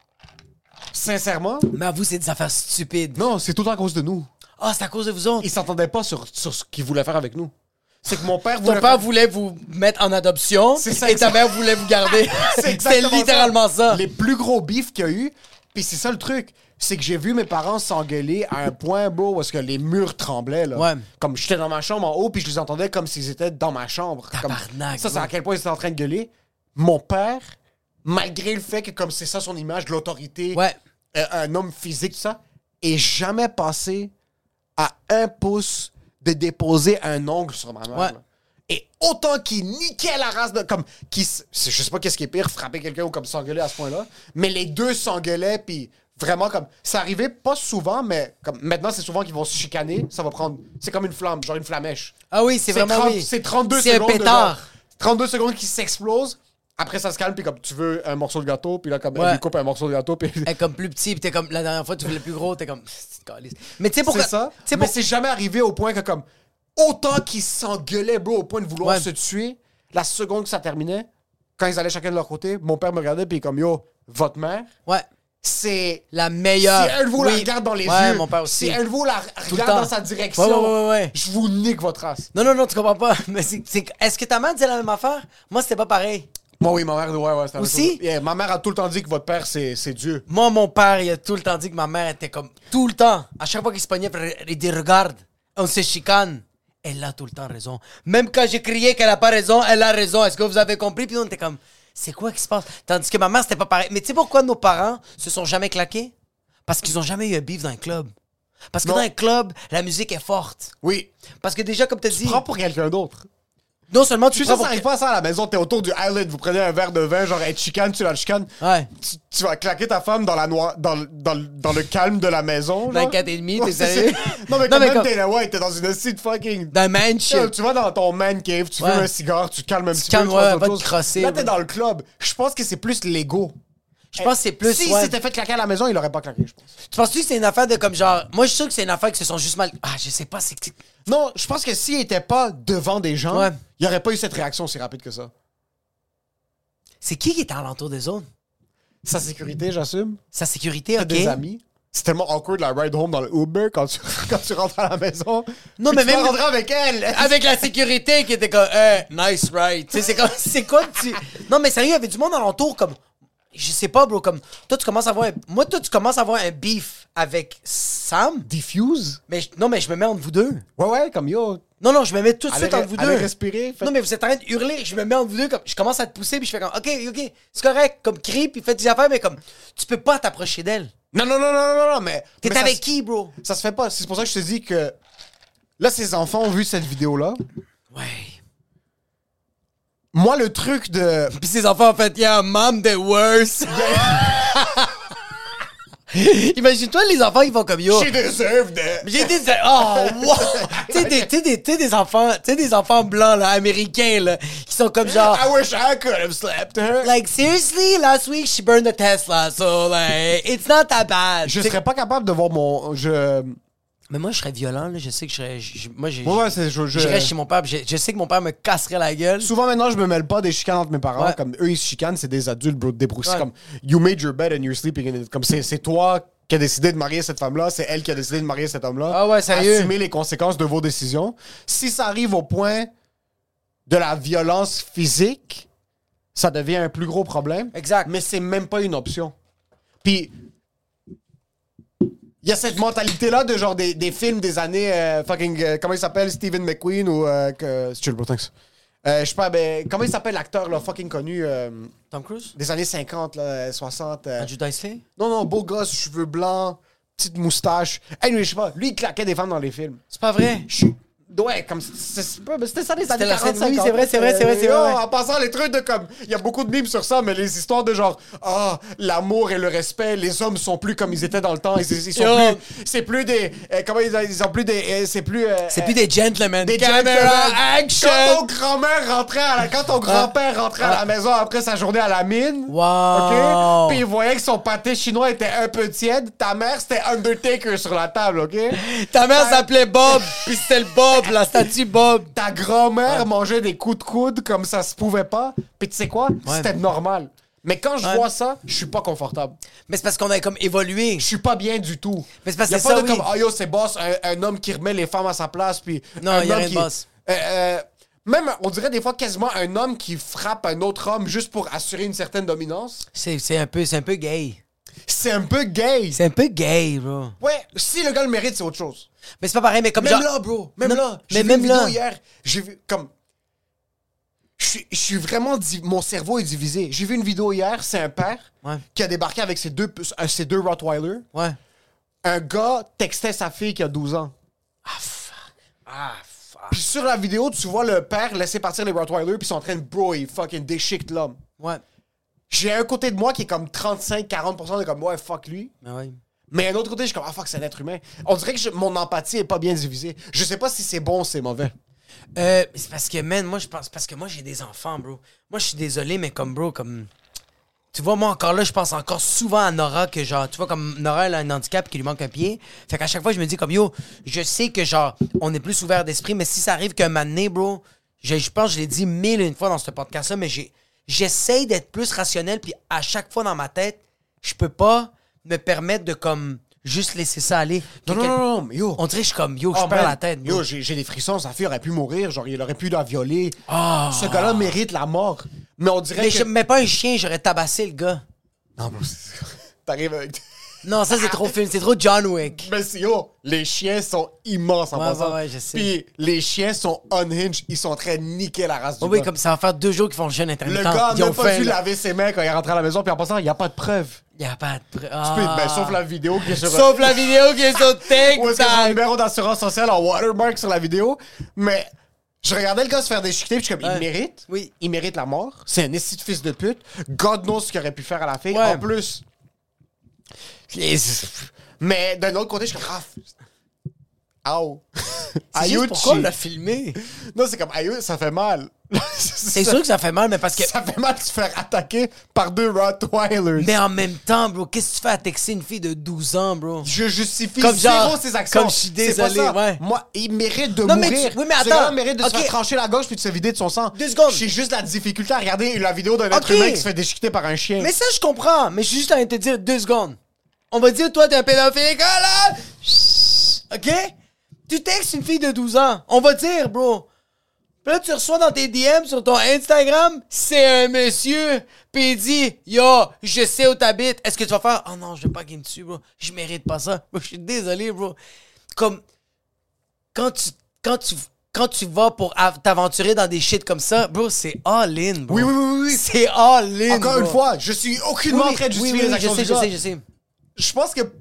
Sincèrement, Mais à vous, c'est des affaires stupides. non, c'est tout à cause de nous. Ah, c'est à cause de vous autres. Ils s'entendaient pas sur, sur ce qu'ils voulaient faire avec nous. C'est que mon père Ton voulait... père faire- voulait vous mettre en adoption C'est ça, et ta exact- mère voulait vous garder. C'est C'était exactement littéralement ça. Les plus gros bifs qu'il y a eu, puis c'est ça le truc, c'est que j'ai vu mes parents s'engueuler à un point beau où est-ce que les murs tremblaient. Là. Ouais. Comme j'étais dans ma chambre en haut, puis je les entendais comme s'ils étaient dans ma chambre. Comme- Tabarnak, ça, c'est ouais. à quel point ils étaient en train de gueuler. Mon père, malgré le fait que comme c'est ça son image, de l'autorité, Ouais. euh, un homme physique, tout ça, est jamais passé à un pouce de déposer un ongle sur ma mère. Ouais. là. Et autant qu'il niquait la race de... Comme, qui, s- je sais pas qu'est-ce qui est pire, frapper quelqu'un ou comme s'engueuler à ce point-là, mais les deux s'engueulaient, puis vraiment comme... Ça arrivait pas souvent, mais comme maintenant, c'est souvent qu'ils vont se chicaner. Ça va prendre... C'est comme une flamme, genre une flamèche. Ah oui, c'est vraiment trente oui. C'est trente-deux C'est un secondes. de pétard. genre- trente-deux secondes qui s'explosent. Après, ça se calme, puis comme tu veux un morceau de gâteau, puis là, comme Ouais. elle lui coupe un morceau de gâteau, puis... Elle est comme plus petit, puis t'es comme, la dernière fois, tu voulais plus gros, t'es comme, c'est calice. Mais tu sais pourquoi. C'est ça. Tu sais Mais pour- c'est jamais arrivé au point que, comme, autant qu'ils s'engueulaient, bro, au point de vouloir Ouais. se tuer, la seconde que ça terminait, quand ils allaient chacun de leur côté, mon père me regardait, puis comme, yo, votre mère, Ouais. c'est. La meilleure. Si elle vous la Oui. regarde dans les Ouais, yeux, mon père aussi. si elle vous la Tout le regarde temps. dans sa direction, Ouais, ouais, ouais, ouais. je vous nique votre race. Non, non, non, tu comprends pas. Mais c'est, c'est- est-ce que ta mère disait la même affaire? Moi, c'était pas pareil. Moi, oui, ma mère, ouais, ouais. c'est la même Aussi? chose. Yeah, ma mère a tout le temps dit que votre père, c'est c'est Dieu. Moi, mon père, il a tout le temps dit que ma mère était comme. Tout le temps. À chaque fois qu'il se pognait, il dit regarde, on se chicane. Elle a tout le temps raison. Même quand j'ai crié qu'elle a pas raison, elle a raison. Est-ce que vous avez compris? Puis on était comme, c'est quoi qui se passe? Tandis que ma mère, c'était pas pareil. Mais tu sais pourquoi nos parents se sont jamais claqués? Parce qu'ils ont jamais eu un beef dans un club. Parce que Non. dans un club, la musique est forte. Oui. Parce que déjà, comme tu as dit, Prends pour quelqu'un d'autre. non seulement tu Tu sais, prends ça pour... arrive pas ça à la maison, t'es autour du island, vous prenez un verre de vin, genre, elle te chicane, tu la chicanes. Ouais. Tu, tu vas claquer ta femme dans la noix, dans, le- dans, le- dans le calme de la maison. Dans genre. le quatre et demi, Ouais, t'es c'est sérieux? ça. Non, mais Non, quand mais même, comme- t'es là, ouais, t'es dans une petite fucking. Dans un mansion. Yo, tu vas dans ton man cave, tu Ouais. fumes un cigare, tu te calmes un Tu petit calmes, peu. tu ouais, fasses autre va te chose. crosser, Là, t'es ouais. dans le club. Je pense que c'est plus l'ego. Je pense que c'est plus... Si ouais. il s'était fait claquer à la maison, il aurait pas claqué, je pense. Tu penses-tu que c'est une affaire de comme genre... Moi, je suis sûr que c'est une affaire qui se sont juste mal... Ah, je sais pas, c'est... que- Non, je pense que s'il était pas devant des gens, Ouais. il y aurait pas eu cette réaction aussi rapide que ça. C'est qui qui était alentour des autres? Sa sécurité, j'assume. Sa sécurité, T'as OK. des amis. C'est tellement awkward la ride home dans le Uber quand tu, quand tu rentres à la maison. Non, Puis mais tu vas même- rentrer avec elle. Avec la sécurité qui était comme... Hey, nice ride. Tu sais, c'est comme... C'est quoi que tu... Non, mais sérieux, il y avait du monde alentour comme... Je sais pas, bro, comme... Toi, tu commences à avoir... un- Moi, toi, tu commences à avoir un beef avec Sam. Diffuse. Mais je- non, mais je me mets entre vous deux. Ouais, ouais, comme yo. Non, non, je me mets tout de Allez, suite entre vous allez deux. respirer. faites- Non, mais vous êtes en train de hurler. Je me mets entre vous deux. Comme, je commence à te pousser, puis je fais comme, OK, OK, c'est correct. Comme, crie, puis faites des affaires, mais comme, tu peux pas t'approcher d'elle. Non, non, non, non, non, non, mais. T'es mais ça avec se- qui, bro? Ça se fait pas. C'est pour ça que je te dis que. Là, ces enfants ont vu cette vidéo-là. Ouais. Moi, le truc de... Puis ses enfants, en fait, yeah, mom, the worst. Imagine-toi les enfants, ils font comme yo. She deserved that. J'ai des... Oh, wow! Tu sais, des, t'sais, des, t'sais, des enfants, tu sais, des enfants blancs, là, américains, là, qui sont comme genre... I wish I could have slapped her. Like, seriously, last week, she burned a Tesla, so, like, it's not that bad. Je T'sais- serais pas capable de voir mon... Je... Mais moi, je serais violent, là. Je sais que je serais... je- je- moi, j'ai... Ouais, ouais, c'est... Je, je... J'irais chez mon père, pis je, je sais que mon père me casserait la gueule. Souvent, maintenant, je me mêle pas des chicanes entre mes parents. Ouais. Comme eux, ils se chicanent, c'est des adultes, bro. Débroussés. Ouais. Comme, you made your bed and you're sleeping in it. Comme, c'est, c'est toi qui a décidé de marier cette femme-là, c'est elle qui a décidé de marier cet homme-là. Ah ouais, sérieux? Assumez les conséquences de vos décisions. Si ça arrive au point de la violence physique, ça devient un plus gros problème. Exact. Mais c'est même pas une option. Puis... il y a cette mentalité-là de genre des, des films des années euh, fucking... euh, comment il s'appelle? Stephen McQueen ou... Euh, que, c'est chill, bro, thanks. Euh, je sais pas, ben... comment il s'appelle l'acteur, là, fucking connu? euh, Tom Cruise? des années cinquante, là, soixante. euh, Andrew Dice Clay? non, non, beau gosse, cheveux blancs, petite moustache. Anyway, je sais pas, lui, il claquait des femmes dans les films. C'est pas vrai. Je suis... Ouais, comme... c'est- c'est pas- C'était ça, les années C'était la quarante, scène- oui, cinquante. c'est vrai, c'est vrai, c'est vrai, c'est Yo, vrai. En passant, les trucs de comme... il y a beaucoup de mimes sur ça, mais les histoires de genre... Ah, l'amour et le respect, les hommes sont plus comme ils étaient dans le temps. Ils, ils sont Yo. plus... C'est plus des... euh, comment ils, ils ont plus des... euh, c'est plus... euh, C'est euh, plus des gentlemen. des Camera gentlemen. action! Quand ton grand-mère rentrait à la... Quand ton grand-père rentrait à la maison après sa journée à la mine... Wow! OK? Puis il voyait que son pâté chinois était un peu tiède. Ta mère, c'était Undertaker sur la table, OK? Ta mère Ta- s'appelait Bob, puis c'était le Bob, la statue Bob. Ta grand-mère mangeait des coups de coude comme ça se pouvait pas. Puis tu sais quoi? C'était normal. Mais quand je Ouais. vois ça, je suis pas confortable. Mais c'est parce qu'on a comme évolué. Je suis pas bien du tout. Mais c'est parce Y a que pas ça, de oui. comme, ah yo, c'est boss, un, un homme qui remet les femmes à sa place, puis Non, un y a homme rien de qui- boss. Euh, euh, même, on dirait des fois quasiment un homme qui frappe un autre homme juste pour assurer une certaine dominance. C'est c'est un peu, c'est un peu gay. C'est un peu gay. C'est un peu gay, bro. Ouais, si le gars le mérite, c'est autre chose. Mais c'est pas pareil, mais comme Même genre... là, bro. Même Non, là. mais J'ai vu même une vidéo là. hier. J'ai vu comme. Je suis, je suis vraiment. di- Mon cerveau est divisé. J'ai vu une vidéo hier. C'est un père Ouais. qui a débarqué avec ses deux, euh, ses deux Rottweilers. Ouais. Un gars textait sa fille qui a douze ans. Ah, fuck. Ah, fuck. Puis sur la vidéo, tu vois le père laisser partir les Rottweilers. Puis ils sont en train de bro, il fucking déchiquette l'homme. Ouais. J'ai un côté de moi qui est comme trente-cinq à quarante pour cent de comme ouais, fuck lui. Mais ouais. Mais un autre côté, je suis comme ah, fuck, c'est un être humain. On dirait que je- mon empathie est pas bien divisée. Je sais pas si c'est bon ou c'est mauvais. Euh, c'est parce que, man, moi, je pense... Parce que moi, j'ai des enfants, bro. Moi, je suis désolé, mais comme, bro, comme... Tu vois, moi, encore là, je pense encore souvent à Nora que, genre, tu vois, comme Nora, elle a un handicap qui lui manque un pied. Fait qu'à chaque fois, je me dis, comme, yo, je sais que, genre, on est plus ouvert d'esprit, mais si ça arrive qu'un moment donné, bro, je, je pense que je l'ai dit mille et une fois dans ce podcast-là, mais j'ai, j'essaye d'être plus rationnel, puis à chaque fois dans ma tête, je peux pas me permettre de, comme, juste laisser ça aller. Non, Que non, quel- non, non, mais yo. On dirait que je suis comme, yo, je Oh, perds man. la tête, bro. Yo, j'ai, j'ai des frissons. Sa fille aurait pu mourir. Genre, il aurait pu la violer. Ah. Ce gars-là mérite la mort. Mais on dirait Mais que... je mets pas un chien, j'aurais tabassé le gars. Non, bro, c'est- t'arrives avec... Non, ça, c'est trop film. C'est trop John Wick. Mais c'est- yo, les chiens sont immenses en Ouais, passant. ouais, ouais, je sais. Puis les chiens sont unhinged. Ils sont en train de niquer la race du Oh oui, gars. comme ça va faire deux jours qu'ils font le jeûne intermittent. Le gars a Ils ont même pas faim, vu là. laver ses mains quand il est rentré à la maison. Puis en passant, il n'y a pas de preuve. Il y a pas de... preuve. Tu peux- Ah. ben, sauf la vidéo qui est sur... Sauf la vidéo qui est sur Où est-ce que son TikTok. numéro d'assurance sociale en watermark sur la vidéo. Mais je regardais le gars se faire déchiqueter, puis je suis comme, Ouais. il mérite. Oui. Il mérite la mort. C'est un esti de fils de pute. God knows ce qu'il aurait pu faire à la fille. Ouais. En plus. Mais d'un autre côté, je suis comme, ah. f- Ow. C'est juste pourquoi on l'a filmé. Non, c'est comme, aïe, ça fait mal. C'est sûr que ça fait mal, mais parce que... Ça fait mal de se faire attaquer par deux Rottweilers. Mais en même temps, bro, qu'est-ce que tu fais à texter une fille de douze ans, bro? Je justifie Comme zéro genre- ses actions. comme je suis C'est pas désolé, ça. ouais. Moi, il mérite de Non, mais mourir. tu- oui, mais Ce attends. gars-là mérite de se Ok. faire trancher la gorge puis de se vider de son sang. Deux secondes. J'ai juste la difficulté à regarder la vidéo d'un être Ok. humain qui se fait déchiqueter par un chien. Mais ça, je comprends. Mais je suis juste en train de te dire deux secondes. On va dire, toi, t'es un pédophile. Ah, là! Chut. OK? Tu textes une fille de douze ans. On va dire, bro. Puis là, tu reçois dans tes D M sur ton Instagram, c'est un monsieur. Puis il dit, yo, je sais où t'habites. Est-ce que tu vas faire, oh non, je vais pas game dessus, bro. Je mérite pas ça. Bro, je suis désolé, bro. Comme, quand tu, quand tu, quand tu vas pour av- t'aventurer dans des shit comme ça, bro, c'est all-in, bro. Oui, oui, oui, oui. C'est all-in, Encore bro. une fois, je suis aucunement Oui, en train de oui, justifier oui, les oui, actions je sais, du je gars. sais, je sais. Je pense que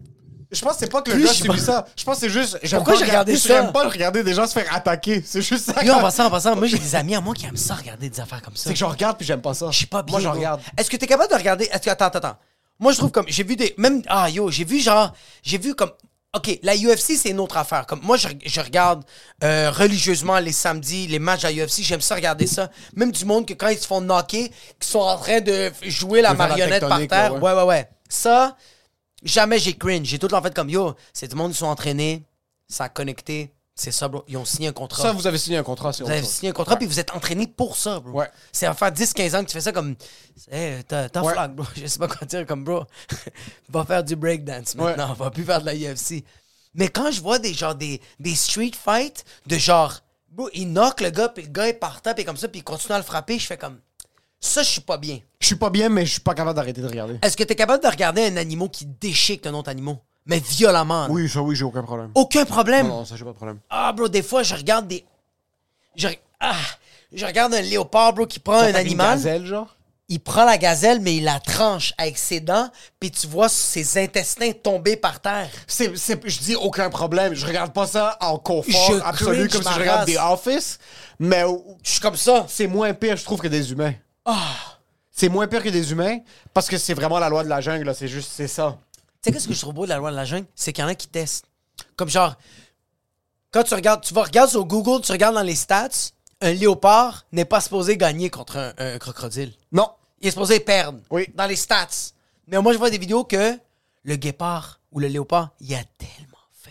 Je pense que c'est pas que le Plus gars je- subit ça. Je pense que c'est juste. j'aime Pourquoi pas j'ai regarder- regardé ça? J'aime pas regarder des gens se faire attaquer. C'est juste ça. Yo, en passant, en passant, moi, j'ai des amis à moi qui aiment ça, regarder des affaires comme ça. C'est que je regarde puis j'aime pas ça. Je suis pas bien. Moi, je bro. regarde. Est-ce que t'es capable de regarder. Est-ce que. Attends, attends, attends. Moi, je trouve comme. J'ai vu des. Même. Ah, yo, j'ai vu genre. J'ai vu comme. OK, la U F C, c'est une autre affaire. Comme moi, je, je regarde euh, religieusement les samedis, les matchs à U F C. J'aime ça regarder ça. Même du monde que quand ils se font knocker, qui sont en train de jouer la De faire la marionnette par tectonique, terre. là, Ouais, ouais, ouais. Ça, jamais j'ai cringe. J'ai tout le temps fait comme yo. C'est du monde qui sont entraînés, ça a connecté. C'est ça, bro. Ils ont signé un contrat. Ça, vous avez signé un contrat, c'est Vous autre avez chose. signé un contrat, puis vous êtes entraîné pour ça, bro. Ouais. C'est à faire dix quinze ans que tu fais ça comme. Hey, t'as t'as Ouais. flag, bro. Je sais pas quoi dire comme, bro. Va faire du breakdance maintenant. Va plus faire de la U F C. Mais quand je vois des genre des, des street fights de genre. Bro, il knock le gars, puis le gars est partant, puis comme ça, puis il continue à le frapper, je fais comme. Ça, je suis pas bien. Je suis pas bien, mais je suis pas capable d'arrêter de regarder. Est-ce que t'es capable de regarder un animal qui déchique un autre animal? Mais violemment. là? Oui, ça, oui, j'ai aucun problème. Aucun problème. Non, non, ça, j'ai pas de problème. Ah, bro, des fois, je regarde des. Je, ah, je regarde un léopard, bro, qui prend un T'as animal. Une gazelle, genre? Il prend la gazelle, mais il la tranche avec ses dents, puis tu vois ses intestins tomber par terre. C'est, c'est, je dis aucun problème. Je regarde pas ça en confort Je absolu, cringe comme si ma je regarde race. des Office, mais Je suis comme ça. c'est moins pire, je trouve, que des humains. Ah. C'est moins pire que des humains, parce que c'est vraiment la loi de la jungle, là. C'est juste, c'est ça. Tu sais, qu'est-ce que je trouve beau de la loi de la jungle? C'est qu'il y en a qui testent. Comme genre, quand tu regardes, tu vas regarder sur Google, tu regardes dans les stats, un léopard n'est pas supposé gagner contre un, un crocodile. Non. Il est supposé perdre. Oui. Dans les stats. Mais moi, je vois des vidéos que le guépard ou le léopard, il a tellement faim.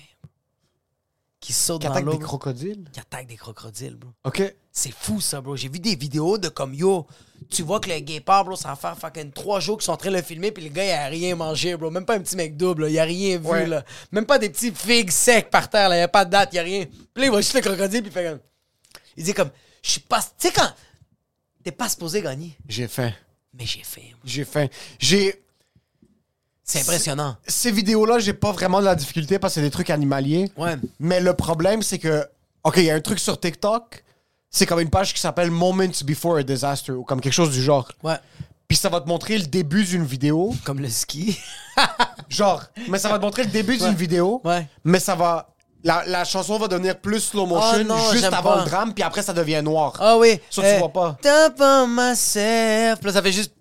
Qui saute Qui dans attaque l'eau. des bro. crocodiles. Qui attaque des crocodiles, bro. OK. C'est fou, ça, bro. J'ai vu des vidéos de comme, yo, tu vois que le guépard, bro, ça va faire fucking trois jours qu'ils sont en train de le filmer, puis le gars, il a rien mangé, bro. Même pas un petit McDouble, là. Il a rien vu, Ouais. là. Même pas des petits figues secs par terre, là. Il y a pas de date, il y a rien. Puis là, il va juste le crocodile, puis il fait comme... Il dit comme, je suis pas... Tu sais quand... T'es pas supposé gagner, J'ai faim. mais j'ai faim. moi. J'ai faim. J'ai... C'est impressionnant. Ces vidéos-là, j'ai pas vraiment de la difficulté parce que c'est des trucs animaliers. Ouais. Mais le problème, c'est que... OK, il y a un truc sur TikTok, c'est comme une page qui s'appelle Moments Before a Disaster, ou comme quelque chose du genre. Ouais. Puis ça va te montrer le début d'une vidéo. Comme le ski. Genre, mais ça va te montrer le début d'une vidéo. Ouais. Mais ça va... La, la chanson va devenir plus slow motion Oh non, juste j'aime avant pas. le drame, puis après ça devient noir. Ah oui. Ça, tu vois pas. Top on myself. Puis là, ça fait juste...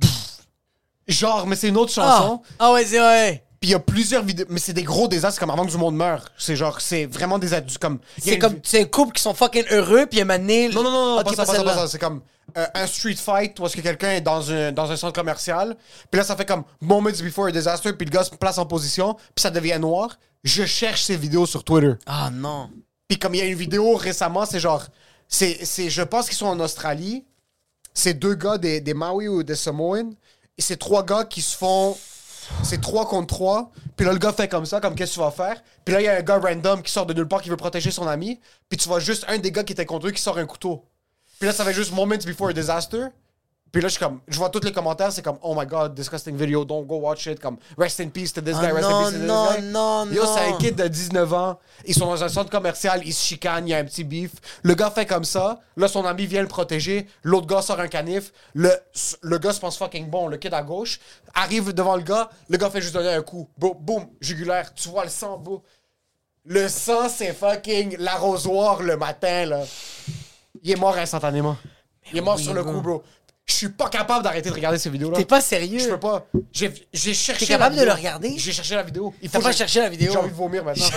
Genre, mais c'est une autre Ah, chanson. ah ouais, c'est vrai. Puis il y a plusieurs vidéos, mais c'est des gros désastres comme avant que du monde meure. C'est genre, c'est vraiment des adultes comme. il y a C'est une- comme, c'est un couple qui sont fucking heureux, puis un moment donné... Non, non, non, non, Ok, pas ça, pas ça, celle-là. pas ça. C'est comme euh, un street fight où est-ce que quelqu'un est dans un, dans un centre commercial. Puis là, ça fait comme Moments Before a Disaster, puis le gars se place en position, puis ça devient noir. Je cherche ces vidéos sur Twitter. Ah non. Puis comme il y a une vidéo récemment, c'est genre. C'est, c'est, je pense qu'ils sont en Australie. C'est deux gars, des, des Maui ou des Samoans. Et c'est trois gars qui se font. C'est trois contre trois. Puis là, le gars fait comme ça, comme qu'est-ce que tu vas faire. Puis là, il y a un gars random qui sort de nulle part qui veut protéger son ami. Puis tu vois juste un des gars qui était contre eux qui sort un couteau. Puis là, ça fait juste Moments Before a Disaster. Puis là, je suis comme, je vois tous les commentaires, c'est comme, oh my god, disgusting video, don't go watch it. Comme, rest in peace to this Ah guy, rest non, in peace to this non, guy. non, Yo, c'est un non. kid de dix-neuf ans. Ils sont dans un centre commercial, ils se chicanent, il y a un petit beef. Le gars fait comme ça. Là, son ami vient le protéger. L'autre gars sort un canif. Le, le gars se pense fucking bon. Le kid à gauche arrive devant le gars. Le gars fait juste donner un coup. Boum, boum, jugulaire. Tu vois le sang, boum. Le sang, c'est fucking l'arrosoir le matin, là. Il est mort instantanément. Il est mort oui, sur le bro. coup, bro. Je suis pas capable d'arrêter de regarder ces vidéos-là. T'es pas sérieux? Je peux pas. J'ai, j'ai cherché T'es capable la de vidéo. le regarder? J'ai cherché la vidéo. Il T'as faut pas que je- cherché la vidéo? J'ai envie de vomir maintenant.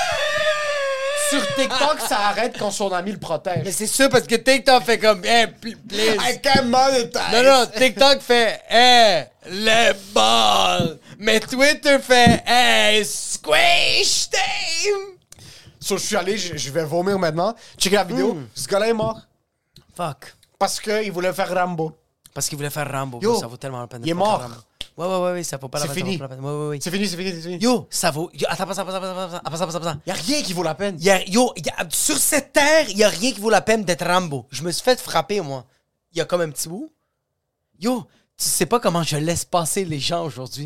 Sur TikTok, ça arrête quand son ami le protège. Mais c'est sûr, parce que TikTok fait comme, hey, pl- please. I can't monetize. Non, non, TikTok fait, hey, les balles. Mais Twitter fait, hey, squish them. So, je suis allé, je, je vais vomir maintenant. Checker la vidéo. Mm. Ce gars-là est mort. Fuck. Parce qu'il voulait faire Rambo. Parce qu'il voulait faire Rambo. Yo, bro, ça vaut tellement la peine de il est pas faire mort. Rambo. Ouais, ouais, ouais, ouais, ça vaut pas la C'est peine. ça fini. vaut pas la peine. Ouais, ouais, ouais. C'est fini, c'est fini, c'est fini. Yo, ça vaut. Yo, attends, attends, attends, attends, attends, attends, attends, attends. Y a rien qui vaut la peine. Y a, yo, y a- sur cette terre, il y a rien qui vaut la peine d'être Rambo. Je me suis fait frapper, moi. Il y a comme un petit bout. Yo, tu sais pas comment je laisse passer les gens aujourd'hui.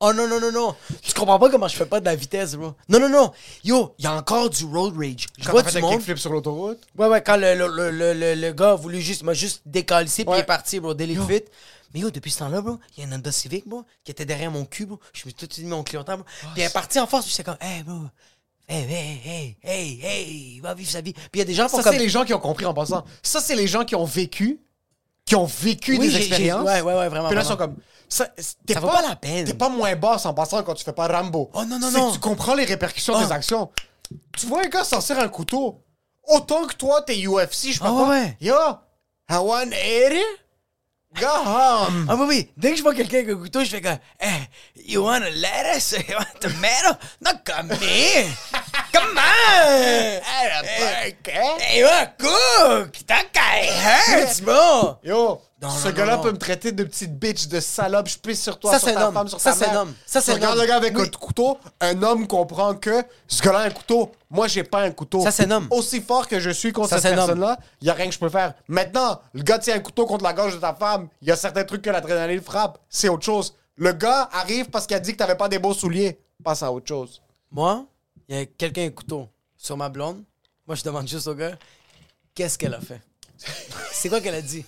Oh non, non, non, non. Tu comprends pas comment je fais pas de la vitesse, bro. Non, non, non. Yo, il y a encore du road rage. Je Quand vois t'as du fait un monde. kickflip sur l'autoroute? Ouais, ouais, quand le, le, le, le, le, le gars a voulu juste, m'a juste décalissé puis Ouais. il est parti, bro, dès les fuites. Mais yo, depuis ce temps-là, bro, il y a une Honda Civic, bro, qui était derrière mon cul, bro. Je me suis tout de suite mis mon clientèle, bro. Puis elle est partie en force, puis j'étais comme, hey, bro. Hey, hey, hey, hey, hey, il va vivre sa vie. Puis il y a des gens qui Ça, font c'est comme... les gens qui ont compris en passant. Ça, c'est les gens qui ont vécu, qui ont vécu Oui, des j'ai- expériences. j'ai- ouais, ouais, ouais, vraiment, Puis là, ils vraiment. sont comme... Ça, t'es Ça vaut pas la peine. T'es pas moins basse en passant quand tu fais pas Rambo. Oh, non, non, C'est non. que tu comprends les répercussions Oh. des actions. Tu vois un gars sortir un couteau. Autant que toi, t'es U F C, je sais pas Ah, quoi. ouais. Yo, I want eighty? Go home. Ah oui, oui. Dès que je vois quelqu'un avec un couteau, je fais comme, hey, you want a lettuce? You want a tomato? Not come here. Come on. Hey, hey, you want a cook? That guy hurts, bro. Yo, Non, ce non, gars-là non, peut non. me traiter de petite bitch, de salope, je pisse sur toi, Ça, sur c'est ta un homme. femme, sur Ça, ta c'est un mère. homme. Ça, c'est Tu un regardes homme. le gars avec Oui. un couteau, un homme comprend que ce gars-là a un couteau, moi j'ai pas un couteau. Ça, c'est un homme. Aussi fort que je suis contre Ça, cette c'est un homme. personne-là, il y a rien que je peux faire. Maintenant, le gars tient un couteau contre la gorge de ta femme, il y a certains trucs que l'adrénaline frappe, c'est autre chose. Le gars arrive parce qu'il a dit que t'avais pas des beaux souliers, passe à autre chose. Moi, il y a quelqu'un avec un couteau sur ma blonde. Moi, je demande juste au gars, qu'est-ce qu'elle a fait? C'est quoi qu'elle a dit?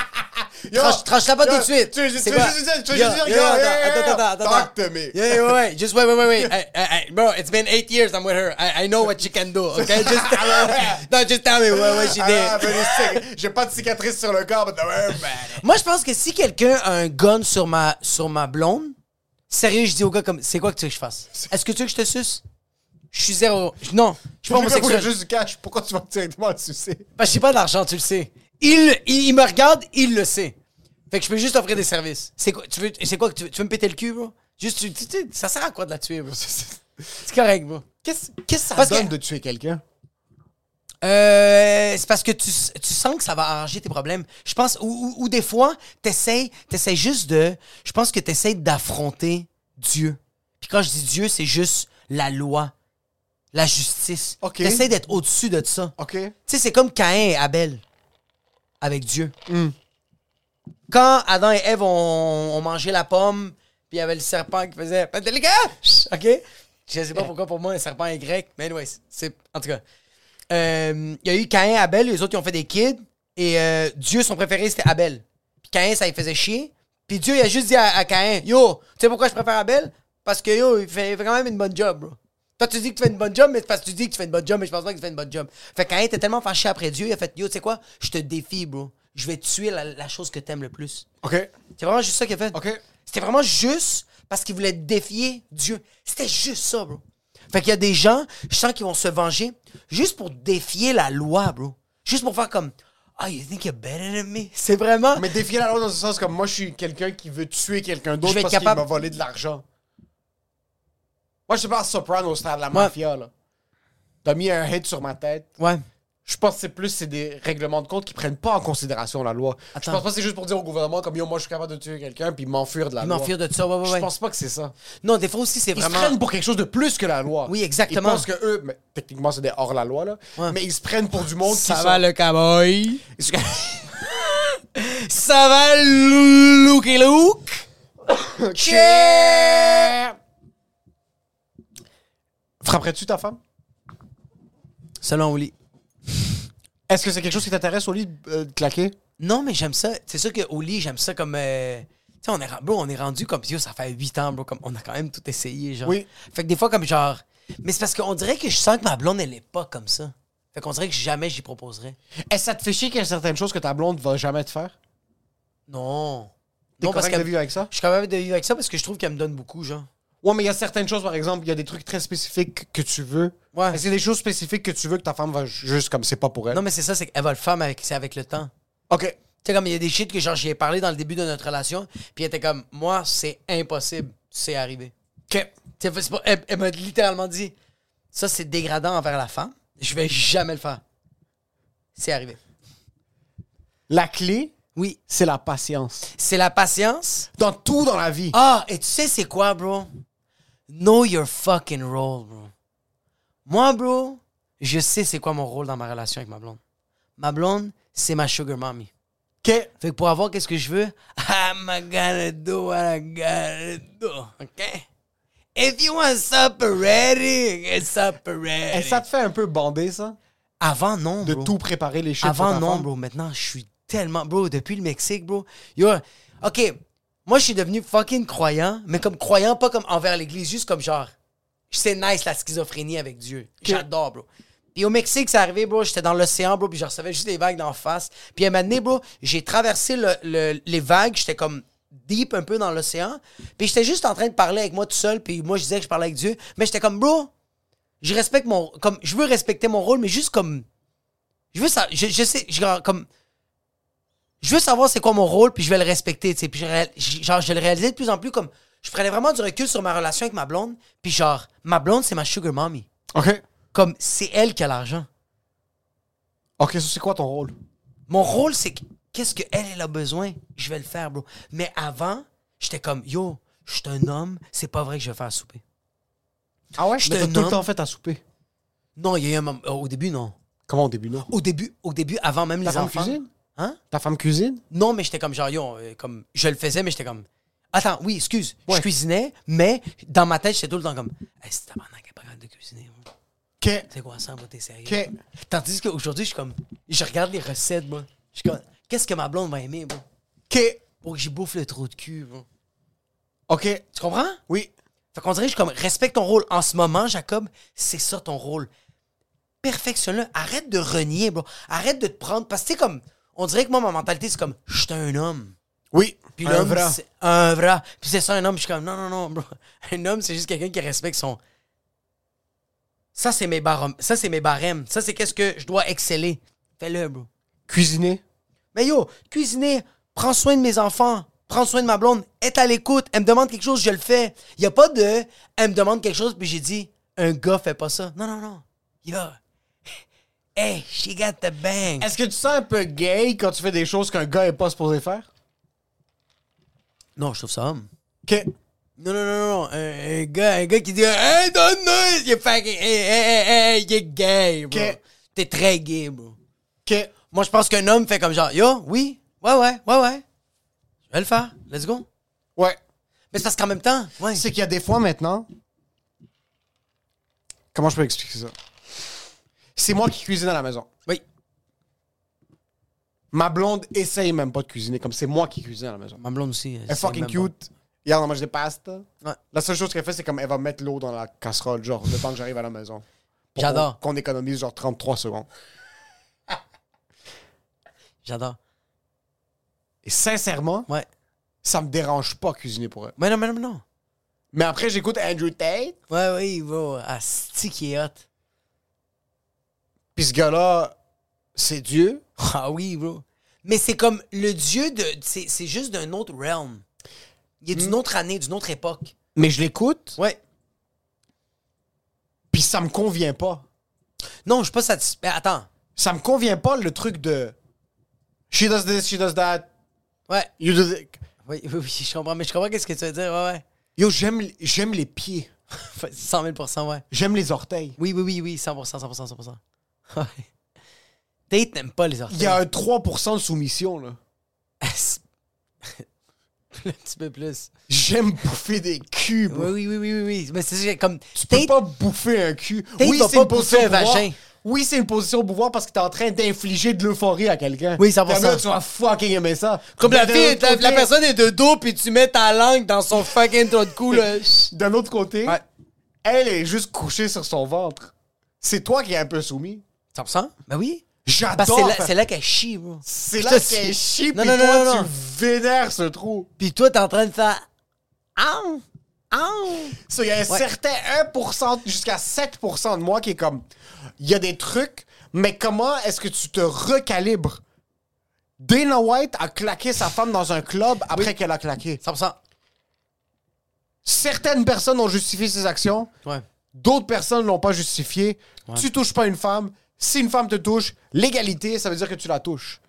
Yo, Tranche- Tranche-la pas yo, tout de suite. Tu veux C'est tu veux quoi? juste dire, tu veux Yo, juste dire, yo, yo, attends, yeah, yeah, attends, yeah. attends, attends, Talk to me. Yeah, yeah, wait, just wait, wait, wait, wait. I, I, I, bro, it's been eight years I'm with her. I, I know what she can do, okay? Just, no, just tell me what, what she Ah, did. ben, les cic- J'ai pas de cicatrice sur le corps, mais t'as Moi, je pense que si quelqu'un a un gun sur ma, sur ma blonde, sérieux, je dis au gars comme, c'est quoi que tu veux que je fasse? Est-ce que tu veux que je te suce? Je suis zéro. je- Non, je suis pas Je homosexuel. voulais juste du cash. Pourquoi tu vas directement le sucer? Parce que j'ai pas d'argent, tu le sais. Il, il, il me regarde, il le sait. Fait que je peux juste offrir des services. C'est quoi, tu veux, c'est quoi que tu veux, tu veux me péter le cul, bro? Juste, tu, tu, tu- ça sert à quoi de la tuer, bro? C'est correct, bro. Qu'est-ce qu'est-ce que ça Parce que- donne de tuer quelqu'un? Euh, c'est parce que tu, tu sens que ça va arranger tes problèmes. Je pense, ou, ou, ou des fois, t'essayes, t'essayes juste de, je pense que t'essayes d'affronter Dieu. Puis quand je dis Dieu, c'est juste la loi, la justice. Ok. T'essayes d'être au-dessus de ça. OK. Tu sais, c'est comme Caïn et Abel avec Dieu. Hmm. Quand Adam et Ève ont, ont mangé la pomme, puis il y avait le serpent qui faisait « Patelica! » OK? Je sais pas pourquoi pour moi un serpent est grec, mais anyways, c'est... En tout cas. Euh, Il y a eu Caïn et Abel, les autres ils ont fait des kids, et euh, Dieu, son préféré, c'était Abel. Puis Caïn, ça lui faisait chier. Puis Dieu, il a juste dit à, à Caïn « Yo, tu sais pourquoi je préfère Abel? Parce que yo, il fait, il fait quand même une bonne job, bro. » Toi, tu dis que tu fais une bonne job, mais c'est parce que tu dis que tu fais une bonne job, mais je pense pas que tu fais une bonne job. Fait que Caïn était tellement fâché après Dieu, il a fait Yo, tu sais quoi? Je te défie, bro. Je vais tuer la, la chose que t'aimes le plus. OK. C'est vraiment juste ça qu'il a fait. OK. C'était vraiment juste parce qu'il voulait défier Dieu. C'était juste ça, bro. Fait qu'il y a des gens, je sens qu'ils vont se venger juste pour défier la loi, bro. Juste pour faire comme Ah, you think you're better than me? C'est vraiment. Mais défier la loi dans ce sens comme moi, je suis quelqu'un qui veut tuer quelqu'un Je d'autre vais être parce capable- qu'il m'a volé de l'argent. Moi, je sais pas Soprano au stade de la Ouais. mafia, là. T'as mis un hit sur ma tête. Ouais. Je pense que c'est plus c'est des règlements de compte qui prennent pas en considération la loi. Attends. Je pense pas que c'est juste pour dire au gouvernement comme yo, moi je suis capable de tuer quelqu'un puis m'enfuir de la Ils loi. m'enfuient de ça, ouais, ouais, Je ouais. pense pas que c'est ça. Non, des fois aussi, c'est Ils vraiment. se prennent pour quelque chose de plus que la loi. Oui, exactement. Ils pensent que eux, mais techniquement c'est des hors la loi là, Ouais. mais ils se prennent pour du monde Ça qui va sont... le cowboy? Ils se- Ça va Luke et Luke? Frapperais-tu ta femme? Selon Oli. Est-ce que c'est quelque chose qui t'intéresse au lit euh, de claquer? Non, mais j'aime ça. C'est sûr qu'au lit, j'aime ça comme. euh, Tu sais, on est, ren- bro, on est rendu comme. Yo, ça fait huit ans, bro. Comme, on a quand même tout essayé, genre. Oui. Fait que des fois, comme genre. Mais c'est parce qu'on dirait que je sens que ma blonde, elle est pas comme ça. Fait qu'on dirait que jamais j'y proposerais. Est-ce que ça te fait chier qu'il y a certaines choses que ta blonde va jamais te faire? Non. T'es Non, parce correct de que vivre avec ça? je suis capable de vivre avec ça parce que je trouve qu'elle me donne beaucoup, genre. Ouais, mais il y a certaines choses, par exemple, il y a des trucs très spécifiques que tu veux. Ouais. Est-ce qu'il y a des choses spécifiques que tu veux que ta femme va juste comme c'est pas pour elle? Non, mais c'est ça, c'est qu'elle va le faire, mais avec, c'est avec le temps. OK. Tu sais, comme il y a des shit que genre j'y ai parlé dans le début de notre relation, puis elle était comme, moi, c'est impossible, c'est arrivé. OK. C'est pas- c'est pas- elle elle m'a littéralement dit, ça, c'est dégradant envers la femme, je vais jamais le faire. C'est arrivé. La clé, Oui. c'est la patience. C'est la patience. Dans tout dans la vie. Ah, et tu sais, c'est quoi, bro? Know your fucking role, bro. Moi, bro, je sais c'est quoi mon rôle dans ma relation avec ma blonde. Ma blonde, c'est ma sugar mommy. OK. Fait que pour avoir qu'est-ce que je veux, I'm gonna do what I gotta do. OK? If you want supper ready, get supper ready. Et ça te fait un peu bander, ça? Avant, non, De bro. tout préparer les shit Avant, pour ta non, femme? bro. Maintenant, je suis tellement... Bro, depuis le Mexique, bro. Yo, OK, moi, je suis devenu fucking croyant, mais comme croyant, pas comme envers l'Église, juste comme genre... C'est nice, la schizophrénie avec Dieu. J'adore, bro. Puis au Mexique, c'est arrivé, bro, j'étais dans l'océan, bro, puis je recevais juste des vagues d'en face. Puis à un moment donné, bro, j'ai traversé le, le- les vagues, j'étais comme deep un peu dans l'océan. Puis j'étais juste en train de parler avec moi tout seul, puis moi, je disais que je parlais avec Dieu. Mais j'étais comme, bro, je respecte mon... comme je veux respecter mon rôle, mais juste comme... Je veux ça... Je, je sais... Je, comme... Je veux savoir c'est quoi mon rôle, puis je vais le respecter, tu sais. Puis je, ré- genre, je le réalisais de plus en plus comme... Je prenais vraiment du recul sur ma relation avec ma blonde, puis genre, ma blonde, c'est ma sugar mommy. OK. Comme, c'est elle qui a l'argent. OK, ça, c'est quoi ton rôle? Mon rôle, c'est que qu'est-ce qu'elle, elle a besoin, je vais le faire, bro. Mais avant, j'étais comme, yo, je suis un homme, c'est pas vrai que je vais faire souper. Ah ouais? Je Mais te t'as tout le nomme- temps fait à souper. Non, il y a eu un moment... Au début, non. Comment au début, non? Au début, au début, avant même Ta les femme enfants. cuisine? Hein? Ta femme cuisine? Non, mais j'étais comme genre, yo, euh, comme, je le faisais, mais j'étais comme... Attends, oui, excuse, Ouais. je cuisinais, mais dans ma tête, j'étais tout le temps comme, hey, c'est tabarnak, elle est pas capable de cuisiner. Moi. OK. C'est quoi ça, moi, t'es sérieux? OK. Tandis qu'aujourd'hui, je suis comme, je regarde les recettes, moi. Je suis comme, qu'est-ce que ma blonde va aimer, moi? OK. Pour que j'y bouffe le trou de cul, moi. OK. Tu comprends? Oui. Fait qu'on dirait, je suis comme, respecte ton rôle. En ce moment, Jacob, c'est ça ton rôle. Perfectionne-le. Arrête de renier, bro. Arrête de te prendre. Parce que, tu sais, comme, on dirait que moi, ma mentalité, c'est comme, je suis un homme. Oui. Puis un l'homme, vrai. c'est un vrai. Puis c'est ça, un homme. Je suis comme, non, non, non, bro. Un homme, c'est juste quelqu'un qui respecte son... Ça, c'est mes barèmes. Ça, c'est mes barèmes. Ça, c'est qu'est-ce que je dois exceller. Fais-le, bro. Cuisiner? Mais yo, cuisiner, prends soin de mes enfants, prends soin de ma blonde, être à l'écoute, elle me demande quelque chose, je le fais. Il a pas de, elle me demande quelque chose, puis j'ai dit, un gars fait pas ça. Non, non, non. Yo, hey, she got the bang. Est-ce que tu sens un peu gay quand tu fais des choses qu'un gars est pas supposé faire? Non, je trouve ça homme. OK. Non, non, non, non, un, un gars, un gars qui dit, hey, don't know, il est fucking, hey, hey, hey, hey, il est gay, bro. Ok. T'es très gay, bro. OK. Moi, je pense qu'un homme fait comme genre, yo, oui, ouais, ouais, ouais, ouais. Je vais le faire, let's go. Ouais. Mais c'est parce qu'en même temps, ouais. C'est qu'il y a des fois maintenant... Comment je peux expliquer ça? C'est moi qui cuisine à la maison. Oui. Ma blonde essaye même pas de cuisiner, comme c'est moi qui cuisine à la maison. Ma blonde aussi. Elle est fucking cute. Hier, on a mangé des pastas. Ouais. La seule chose qu'elle fait, c'est comme elle va mettre l'eau dans la casserole, genre, le temps que j'arrive à la maison. Pour J'adore. Qu'on, qu'on économise genre trente-trois secondes. J'adore. Et sincèrement, Ouais. ça me dérange pas cuisiner pour elle. Mais non, mais non, mais non. Mais après, j'écoute Andrew Tate, Ouais, oui, bro. Asti qui est hot. puis ce gars-là, c'est Dieu. Ah oui, bro. Mais c'est comme le dieu de... C'est, c'est juste d'un autre realm. Il est d'une autre année, d'une autre époque. Mais je l'écoute, Ouais. puis ça me convient pas. Non, je suis pas satisfait. Mais attends. Ça me convient pas le truc de she does this, she does that, Ouais. you do this. Oui, oui, oui, je comprends. Mais je comprends qu'est-ce que tu veux dire. Ouais, Yo, j'aime, j'aime les pieds. ouais. cent mille pour cent, ouais. J'aime les orteils. Oui, oui, oui, oui. cent pour cent, cent pour cent, cent pour cent. Ouais. Tate n'aime pas les orteils. Il y a un trois pour cent de soumission, là. Un petit peu plus. J'aime bouffer des culs, bro. Oui, oui, oui, oui, oui, oui. Mais c'est comme... Tu peux pas bouffer un cul. Tate oui, va c'est pas une position bouffer de un pouvoir. vagin. Oui, c'est une position de pouvoir parce que t'es en train d'infliger de l'euphorie à quelqu'un. Oui, cent pour cent. Comme là, tu vas fucking aimer ça. Comme la D'un fille, autre la, côté- la personne est de dos, puis tu mets ta langue dans son fucking trou de cou, là. D'un autre côté, Ouais. elle est juste couchée sur son ventre. C'est toi qui es un peu soumis. cent pour cent? Ben oui. J'adore. Parce que c'est là, faire- c'est là qu'elle chie, bro. C'est Je là te qu'elle suis. chie, Non, pis non, toi, non, non, tu non. vénères ce trou. Puis toi, t'es en train de faire... Aouh! Aouh! So, il y a un Ouais. certain un pour cent jusqu'à sept pour cent de moi qui est comme... Il y a des trucs, mais comment est-ce que tu te recalibres? Dana White a claqué sa femme dans un club après qu'elle a claqué. cent pour cent. Certaines personnes ont justifié ses actions. Ouais. D'autres personnes l'ont pas justifié. Tu touches pas une femme. Si une femme te touche, l'égalité, ça veut dire que tu la touches.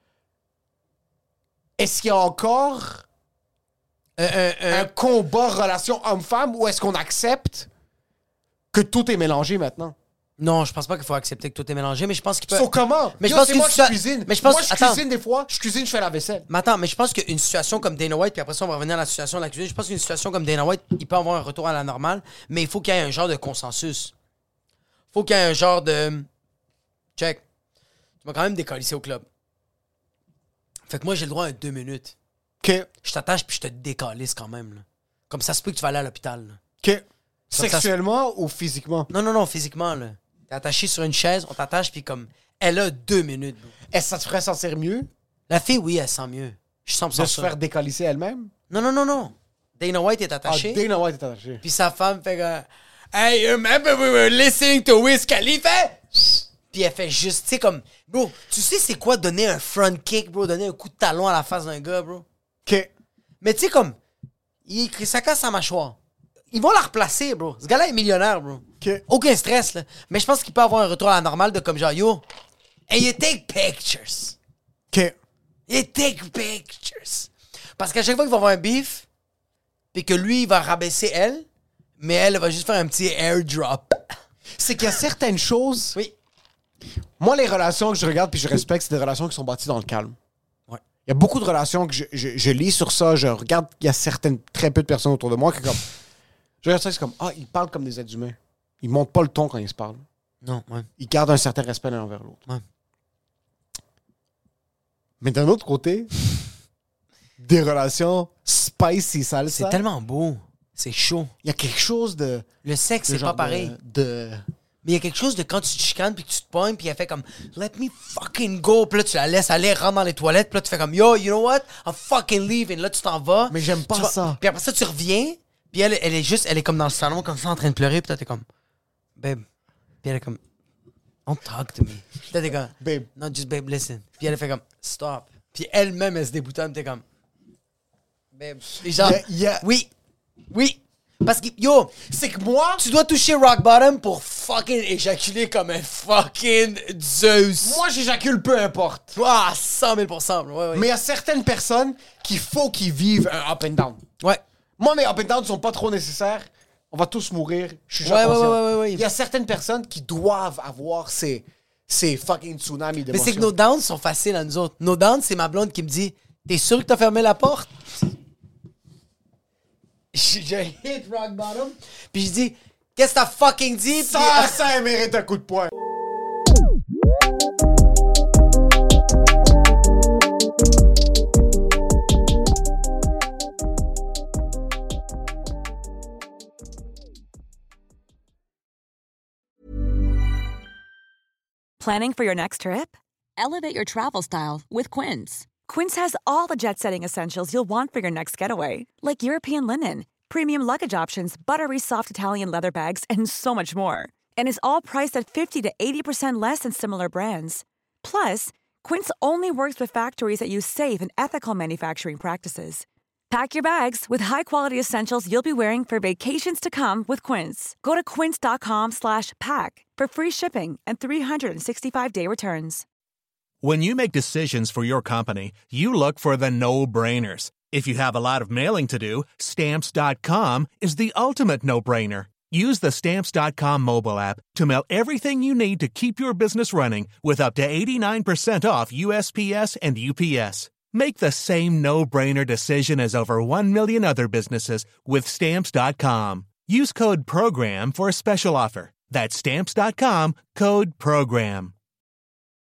Est-ce qu'il y a encore Euh, euh, euh, un combat relation homme-femme ou est-ce qu'on accepte que tout est mélangé maintenant? Non, je pense pas qu'il faut accepter que tout est mélangé, mais je pense qu'il peut... So comment? Mais Yo, je pense c'est que moi tu qui sois- cuisine. Mais je pense... Moi, je Attends. cuisine des fois. Je cuisine, je fais la vaisselle. Mais attends, mais je pense qu'une situation comme Dana White, puis après ça, on va revenir à la situation de la cuisine. Je pense qu'une situation comme Dana White, il peut avoir un retour à la normale, mais il faut qu'il y ait un genre de consensus. Il faut qu'il y ait un genre de... Check. Tu m'as quand même décalissé au club. Fait que moi, j'ai le droit à deux minutes. OK. Je t'attache puis je te décalisse quand même. Là. Comme ça se peut que tu vas aller à l'hôpital. là. OK. ça- Sexuellement ou physiquement? Non, non, non, physiquement. Là. T'es attaché sur une chaise, on t'attache puis comme... Elle a deux minutes. Bro. Est-ce que ça te ferait sentir mieux La fille, oui, elle sent mieux. Je sens de ça. se faire décalisser elle-même? Non, non, non, non. Dana White est Ah, attachée. Dana White est attaché. Puis sa femme fait que... Hey, remember we were listening to Wiz Khalifa? Puis elle fait juste, tu sais, comme... Bro, tu sais c'est quoi donner un front kick, bro? Donner un coup de talon à la face d'un gars, bro? OK. Mais tu sais, comme... Il, ça casse sa mâchoire. Ils vont la replacer, bro. Ce gars-là est millionnaire, bro. OK. Aucun stress, là. Mais je pense qu'il peut avoir un retour à la normale de comme genre, yo... And you take pictures. OK. You take pictures. Parce qu'à chaque fois qu'il va avoir un beef, puis que lui, il va rabaisser elle, mais elle, elle va juste faire un petit airdrop. C'est qu'il y a certaines choses... Oui. Moi, les relations que je regarde puis je respecte, c'est des relations qui sont bâties dans le calme. Ouais. Il y a beaucoup de relations que je, je, je lis sur ça, je regarde, il y a certaines, très peu de personnes autour de moi qui comme... Je regarde ça, c'est comme, ah, ils parlent comme des êtres humains. Ils montent pas le ton quand ils se parlent. Non, ouais. Ils gardent un certain respect l'un envers l'autre. Ouais. Mais d'un autre côté, des relations spicy, salsa. C'est tellement beau. C'est chaud. Il y a quelque chose de... Le sexe, de c'est genre pas pareil. De... de- Mais il y a quelque chose de quand tu te chicanes puis que tu te pognes puis elle fait comme let me fucking go. Puis là, tu la laisses aller, rentre dans les toilettes. Puis là, tu fais comme yo, you know what? I'm fucking leaving. Là, tu t'en vas. Mais j'aime pas Tu vas- ça. Puis après ça, tu reviens. Puis elle, elle est juste, elle est comme dans le salon, comme ça, en train de pleurer. Puis toi, t'es comme babe. Puis elle est comme don't talk to me. Puis là, t'es comme Babe. non, just babe, listen. Puis elle fait comme stop. Puis elle-même, elle se déboutonne. T'es comme babe. Et genre, Y a- y a- oui, oui. Parce que, yo, C'est que moi... tu dois toucher rock bottom pour fucking éjaculer comme un fucking Zeus. Moi, j'éjacule peu importe. Ah, cent mille pour cent. Ouais, ouais. Mais il y a certaines personnes qu'il faut qu'ils vivent un up and down. Ouais. Moi, mes up and down sont pas trop nécessaires. On va tous mourir. Je suis déjà Ouais, ouais, conscient. ouais, ouais, ouais. Il y a certaines personnes qui doivent avoir ces, ces fucking tsunamis Mais d'émotions. c'est que nos downs sont faciles à nous autres. Nos downs, c'est ma blonde qui me dit t'es sûr que t'as fermé la porte? Je, je hit rock bottom. Puis je dis qu'est-ce que t'as fucking dit? Puis- Ça, ça mérite un coup de poing. Planning for your next trip? Elevate your travel style with Quince. Quince has all the jet-setting essentials you'll want for your next getaway, like European linen, premium luggage options, buttery soft Italian leather bags, and so much more. And is all priced at fifty to eighty percent less than similar brands. Plus, Quince only works with factories that use safe and ethical manufacturing practices. Pack your bags with high-quality essentials you'll be wearing for vacations to come with Quince. Go to quince.com slash pack for free shipping and three sixty-five day returns. When you make decisions for your company, you look for the no-brainers. If you have a lot of mailing to do, Stamps dot com is the ultimate no-brainer. Use the Stamps dot com mobile app to mail everything you need to keep your business running with up to eighty-nine percent off U S P S and U P S. Make the same no-brainer decision as over one million other businesses with Stamps dot com. Use code PROGRAM for a special offer. That's Stamps dot com, code PROGRAM.